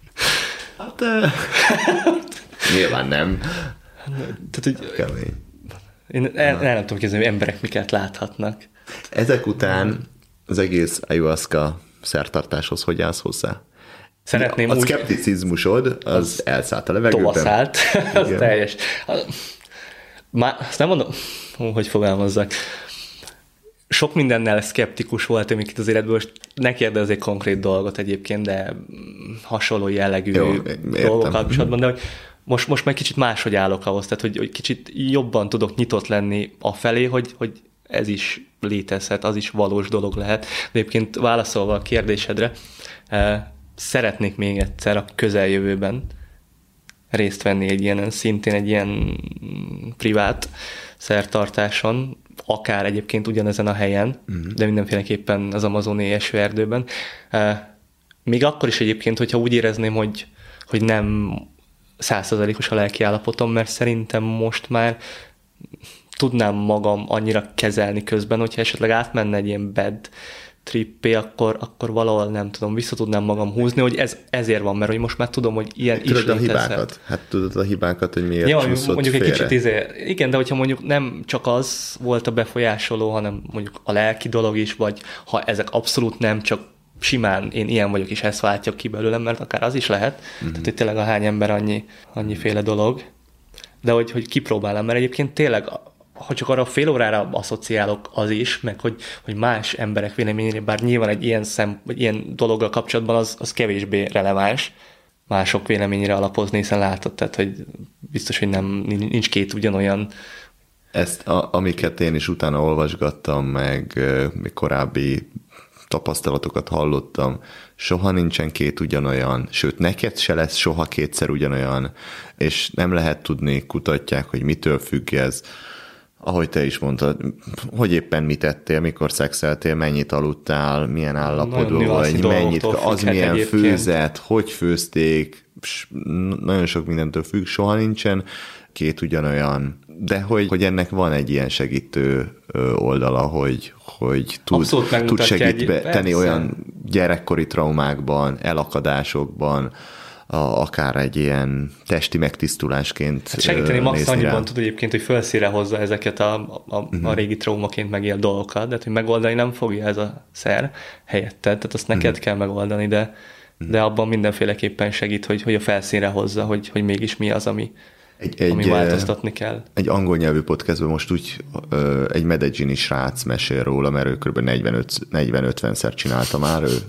Hát nyilván nem. Tehát, hogy kemény. Én nem tudom képzelni, hogy emberek miket láthatnak. Ezek után az egész ayahuasca szertartáshoz hogy állsz hozzá? Szeretném a szkepticizmusod az elszállt a levegőben. Tovaszállt, az teljes. Azt nem mondom, hogy fogalmazzak. Sok mindennel szkeptikus voltam itt az életből, most ne kérdezzék konkrét dolgot egyébként, de hasonló jellegű dolgok kapcsolatban, de hogy most meg kicsit máshogy állok ahhoz, tehát hogy kicsit jobban tudok nyitott lenni afelé, hogy ez is létezhet, az is valós dolog lehet. De egyébként válaszolva a kérdésedre, szeretnék még egyszer a közeljövőben részt venni szintén egy ilyen privát szertartáson, akár egyébként ugyanezen a helyen, de mindenféleképpen az amazoni esőerdőben. Még akkor is egyébként, hogyha úgy érezném, hogy nem 100%-os a lelki állapotom, mert szerintem most már tudnám magam annyira kezelni közben, hogyha esetleg átmenne egy ilyen bad trippé, akkor valahol nem tudom, vissza tudnám magam húzni, hogy ez ezért van, mert hogy most már tudom, hogy ilyen tudod is létezhet. A hibákat? Hát tudod a hibákat, hogy miért csúszott mondjuk félre. egy kicsit igen, de hogyha mondjuk nem csak az volt a befolyásoló, hanem mondjuk a lelki dolog is, vagy ha ezek abszolút nem, csak simán én ilyen vagyok, és ezt váltjuk ki belőlem, mert akár az is lehet. Tehát itt tényleg a hány ember annyiféle dolog. de hogy kipróbálom, mert egyébként tényleg, ha csak arra fél órára asszociálok, az is, meg hogy más emberek véleményére, bár nyilván egy ilyen dologgal kapcsolatban az kevésbé releváns, mások véleményére alapozni, hiszen látod, tehát, hogy biztos, hogy nincs két ugyanolyan. Ezt, amiket én is utána olvasgattam, meg korábbi tapasztalatokat hallottam, soha nincsen két ugyanolyan, sőt, neked se lesz soha kétszer ugyanolyan, és nem lehet tudni, kutatják, hogy mitől függ ez. Ahogy te is mondtad, hogy éppen mit ettél, mikor szexeltél, mennyit aludtál, milyen állapotban vagy, mennyit, az milyen egyébként. Főzet, hogy főzték, nagyon sok mindentől függ, soha nincsen két ugyanolyan, de hogy ennek van egy ilyen segítő oldala, hogy tud segíteni olyan gyerekkori traumákban, elakadásokban, akár egy ilyen testi megtisztulásként segíteni max annyiban tud egyébként, hogy felszínre hozza ezeket a régi traumaként megélt dolgokat, de hogy megoldani nem fogja ez a szer helyetted, tehát azt neked kell megoldani, de abban mindenféleképpen segít, hogy a felszínre hozza, hogy mégis mi az, ami változtatni kell. Egy angol nyelvű podcastban most úgy egy medellini srác mesél róla, mert ő kb. 40-50-szer csinálta már ő,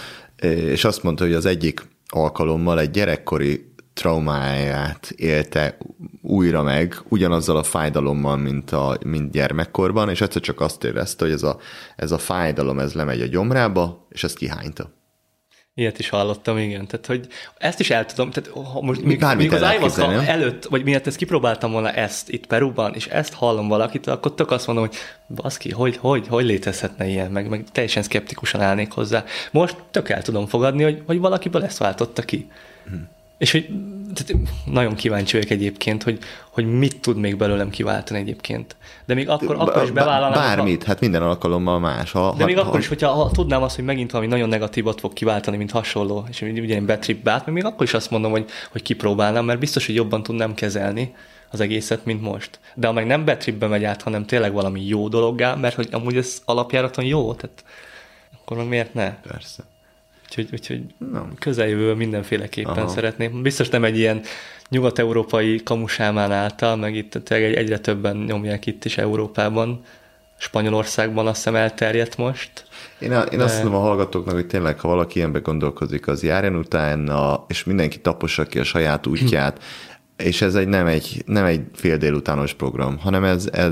és azt mondta, hogy az egyik alkalommal egy gyerekkori traumáját élte újra meg, ugyanazzal a fájdalommal, mint gyermekkorban, és egyszer csak azt érezte, hogy ez a fájdalom, ez lemegy a gyomrába, és ezt kihányta. Ilyet is hallottam, igen. Tehát, hogy ezt is el tudom, tehát még az ayahuasca előtt, vagy miatt ezt kipróbáltam volna ezt itt Perúban, és ezt hallom valakit, akkor tök azt mondom, hogy baszki, hogy létezhetne ilyen, meg teljesen szkeptikusan állnék hozzá. Most tök el tudom fogadni, hogy valakiből ezt váltotta ki. És hogy tehát nagyon kíváncsi vagyok egyébként, hogy mit tud még belőlem kiváltani egyébként. De még akkor is bevállalnám. Bármit, hát minden alkalommal más. De még akkor is, hogyha tudnám azt, hogy megint valami nagyon negatívat fog kiváltani, mint hasonló, és ugyan betripbe át, még akkor is azt mondom, hogy kipróbálnám, mert biztos, hogy jobban tudnám kezelni az egészet, mint most. De ha meg nem betripbe megy át, hanem tényleg valami jó dologgá, mert hogy amúgy ez alapjáraton jó, tehát akkor meg miért ne? Persze. Úgyhogy közeljövőben mindenféleképpen szeretném. Biztos nem egy ilyen nyugat-európai kamusámán által, meg itt egyre többen nyomják itt is Európában, Spanyolországban azt hiszem elterjedt most. Én azt mondom a hallgatóknak, hogy tényleg, ha valaki ilyenbe gondolkozik, az járjon utána, és mindenki tapossa ki a saját útját, és ez nem egy fél délutános program, hanem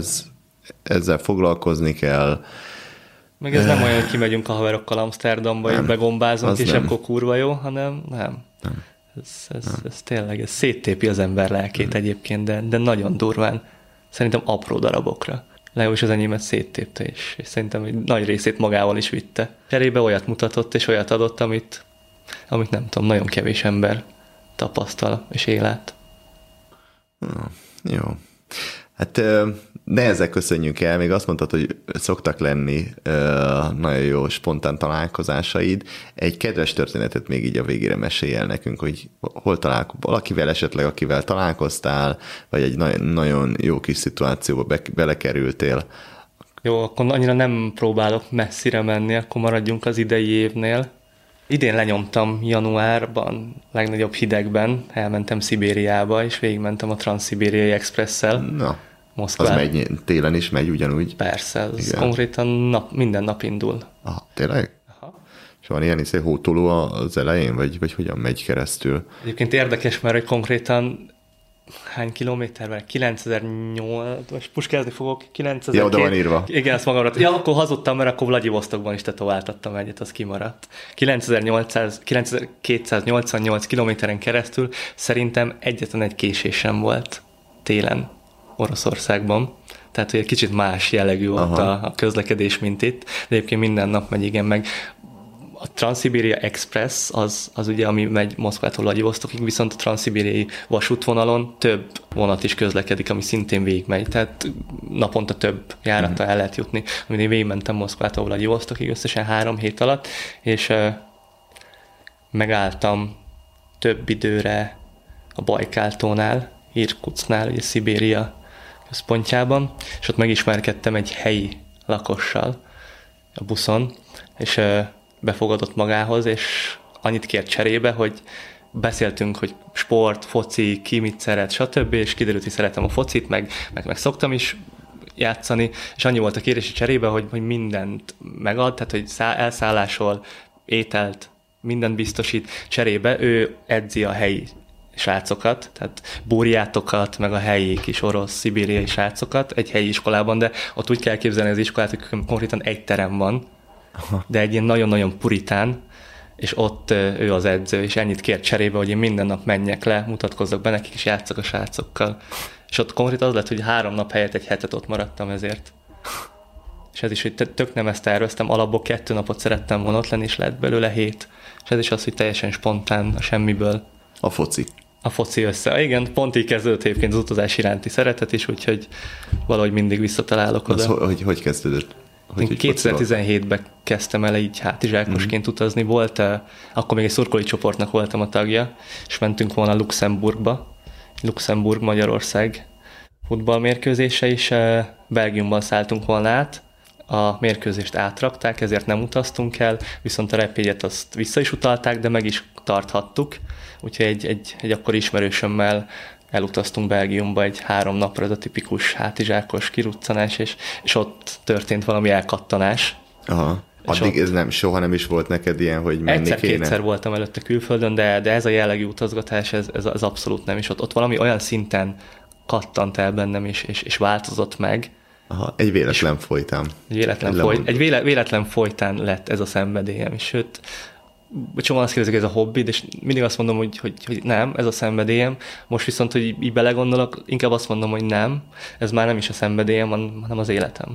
ezzel foglalkozni kell. Meg ez nem olyan, hogy kimegyünk a haverokkal Amsterdamba, és begombázunk, és akkor kurva jó, hanem nem. Ez tényleg, ez széttépi az ember lelkét egyébként, de nagyon durván. Szerintem apró darabokra. Legalábbis az enyémet széttépte, és szerintem egy nagy részét magával is vitte. Cserébe olyat mutatott, és olyat adott, amit nem tudom, nagyon kevés ember tapasztal, és él át. Jó. Hát ne ezzel köszönjük el, még azt mondtad, hogy szoktak lenni nagyon jó spontán találkozásaid. Egy kedves történetet még így a végére mesélj el nekünk, hogy hol valakivel esetleg, akivel találkoztál, vagy egy nagyon jó kis szituációba belekerültél. Jó, akkor annyira nem próbálok messzire menni, akkor maradjunk az idei évnél. Idén lenyomtam januárban, legnagyobb hidegben, elmentem Szibériába, és végigmentem a Transzszibériai Expresszel. Na, Moszkván. Az megy, télen is megy ugyanúgy? Persze, az konkrétan minden nap indul. Aha, tényleg? Aha. És van ilyen hótoló az elején, vagy hogyan megy keresztül? Egyébként érdekes, mert hogy konkrétan hány kilométerben? 9008, most puskázni fogok, 9000. Ja, oda van írva. Igen, azt magamra. Ja, akkor hazudtam, mert akkor Vladivostokban is tetováltattam egyet, az kimaradt. 9288 kilométeren keresztül szerintem egyetlen egy késésem volt télen Oroszországban. Tehát, hogy egy kicsit más jellegű volt a közlekedés, mint itt. De egyébként minden nap megy, igen, meg a Transzszibéria Express az ugye, ami megy Moszkvától Vladivostokig, viszont a transzszibériai vasútvonalon több vonat is közlekedik, ami szintén végigmegy, tehát naponta több járata el lehet jutni. Amin én végigmentem Moszkvától Vladivostokig összesen 3 hét alatt, és megálltam több időre a Bajkál-tónál, Irkutsknál, ugye Szibéria központjában, és ott megismerkedtem egy helyi lakossal a buszon, és befogadott magához, és annyit kért cserébe, hogy beszéltünk, hogy sport, foci, ki mit szeret, stb. És kiderült, hogy szeretem a focit, meg szoktam is játszani, és annyi volt a kérési cserébe, hogy mindent megad, tehát hogy elszállásol, ételt, mindent biztosít. Cserébe ő edzi a helyi srácokat, tehát búriátokat, meg a helyi kis orosz, szibériai srácokat egy helyi iskolában, de ott úgy kell képzelni az iskolát, hogy konkrétan egy terem van, de egy ilyen nagyon-nagyon puritán, és ott ő az edző, és ennyit kér cserébe, hogy én minden nap menjek le, mutatkozzak be nekik, és játszak a srácokkal. És ott konkrétan az lett, hogy 3 nap helyett egy hetet ott maradtam ezért. És ez is, hogy tök nem ezt terveztem, alapból 2 napot szerettem volna ott lenni, és lett belőle 7. És ez is az, hogy teljesen spontán, a semmiből. A foci. A foci össze. Igen, pont így kezdődött egyébként az utazás iránti szeretet is, úgyhogy valahogy mindig visszatalálok oda. Az hogy kezdődött? Én 2017-ben kezdtem el így hátizsákosként utazni. Volt, akkor még egy szurkolói csoportnak voltam a tagja, és mentünk volna Luxemburgba. Luxemburg-Magyarország futballmérkőzése is. Belgiumban szálltunk volna át. A mérkőzést átrakták, ezért nem utaztunk el, viszont a repjegyet azt vissza is utalták, de meg is tarthattuk. Úgyhogy egy akkori ismerősömmel elutaztunk Belgiumba egy 3 napra, ez a tipikus hátizsákos kiruccanás, és ott történt valami elkattanás. Aha. Addig ez nem, soha nem is volt neked ilyen, hogy menni kéne? Egyszer-kétszer voltam előtte külföldön, de ez a jellegű utazgatás, ez abszolút nem is. Ott valami olyan szinten kattant el bennem, és változott meg. Aha, egy véletlen folytán. Egy véletlen folytán lett ez a szenvedélyem, és sőt, csomóan azt kérdezik, hogy ez a hobbid, és mindig azt mondom, hogy nem, ez a szenvedélyem. Most viszont, hogy így belegondolok, inkább azt mondom, hogy nem, ez már nem is a szenvedélyem, hanem az életem.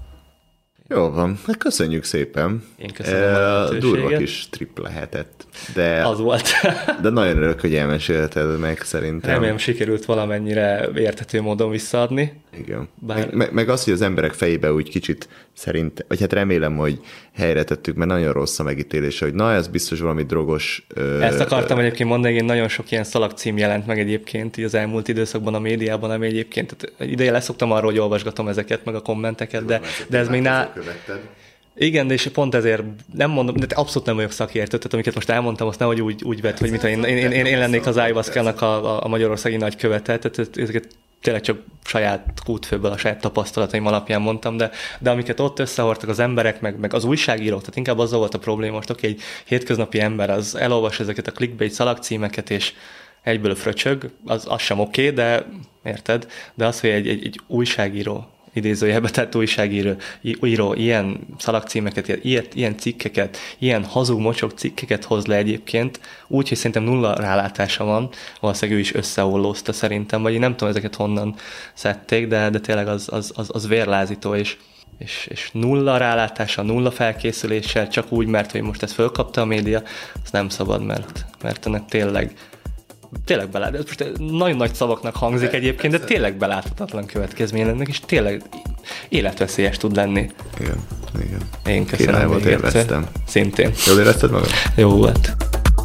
Jó van, hát köszönjük szépen. Én köszönöm a lehetőséget. Durva kis trip lehetett. De, az volt. De nagyon örülök, hogy elmesélted meg szerintem. Remélem sikerült valamennyire érthető módon visszaadni. Igen. Meg az, hogy az emberek fejébe úgy kicsit szerint, vagy hát remélem, hogy helyre tettük, mert nagyon rossz a megítélése, hogy na, ez biztos valami drogos... Ezt akartam egyébként mondani, hogy nagyon sok ilyen szalagcím jelent meg egyébként így az elmúlt időszakban a médiában, ami egyébként, tehát ideje leszoktam arról, hogy olvasgatom ezeket, meg a kommenteket, de ez még Igen, de és pont ezért nem mondom, de abszolút nem vagyok szakértő, tehát amiket most elmondtam, azt nehogy úgy vett, hogy mit én lennék az ayahuasca-nak a magyarországi nagykövete, tehát ezeket tényleg csak saját kútfőből, a saját tapasztalataim alapján mondtam, de amiket ott összehordtak az emberek, meg az újságírók, tehát inkább azzal volt a probléma, most egy hétköznapi ember az elolvas ezeket a clickbait szalagcímeket, és egyből fröcsög, az sem oké, de érted? De az, hogy egy újságíró, idézőjelbe tett újságíró ilyen szalagcímeket, ilyen cikkeket, ilyen hazug mocsok cikkeket hoz le egyébként, úgy, hogy szerintem nulla rálátása van, valószínűleg ő is összeollózta szerintem, vagy én nem tudom ezeket honnan szedték, de tényleg az vérlázító, és nulla rálátása, nulla felkészüléssel, csak úgy, mert hogy most ezt fölkapta a média, az nem szabad, mert ennek tényleg belát. Ez most nagyon nagy szavaknak hangzik egyébként, de tényleg beláthatatlan következmény ennek, és tényleg életveszélyes tud lenni. Igen. Én köszönöm még egyszer. Szintén. Jól érezted magad? Jó volt.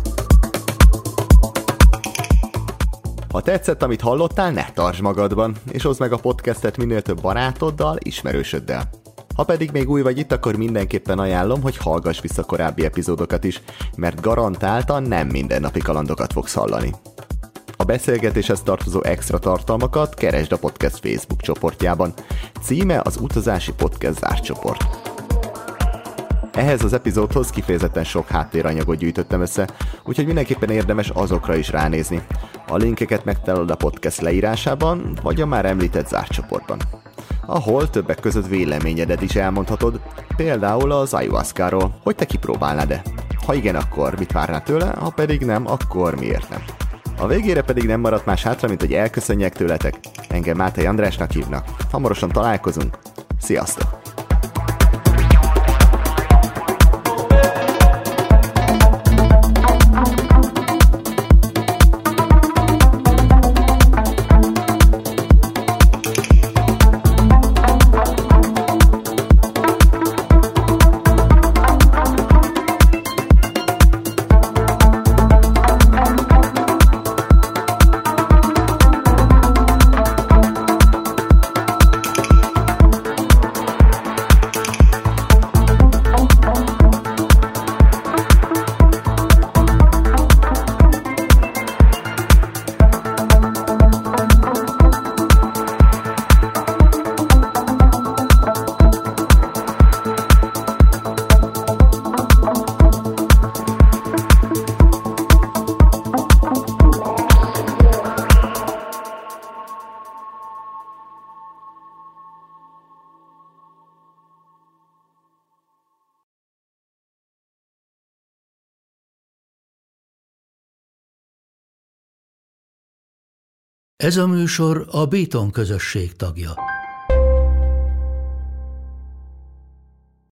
Ha tetszett, amit hallottál, ne tartsd magadban, és oszd meg a podcastet minél több barátoddal, ismerősöddel. Ha pedig még új vagy itt, akkor mindenképpen ajánlom, hogy hallgass vissza korábbi epizódokat is, mert garantáltan nem mindennapi kalandokat fogsz hallani. A beszélgetéshez tartozó extra tartalmakat keresd a podcast Facebook csoportjában. Címe az Utazási Podcast zárt csoport. Ehhez az epizódhoz kifejezetten sok háttéranyagot gyűjtöttem össze, úgyhogy mindenképpen érdemes azokra is ránézni. A linkeket megtalálod a podcast leírásában, vagy a már említett zárt csoportban, ahol többek között véleményedet is elmondhatod, például az ayahuasca-ról, hogy te kipróbálnád-e. Ha igen, akkor mit várnál tőle, ha pedig nem, akkor miért nem. A végére pedig nem maradt más hátra, mint hogy elköszönjek tőletek. Engem Máté Andrásnak hívnak. Hamarosan találkozunk. Sziasztok! Ez a műsor a Béton közösség tagja.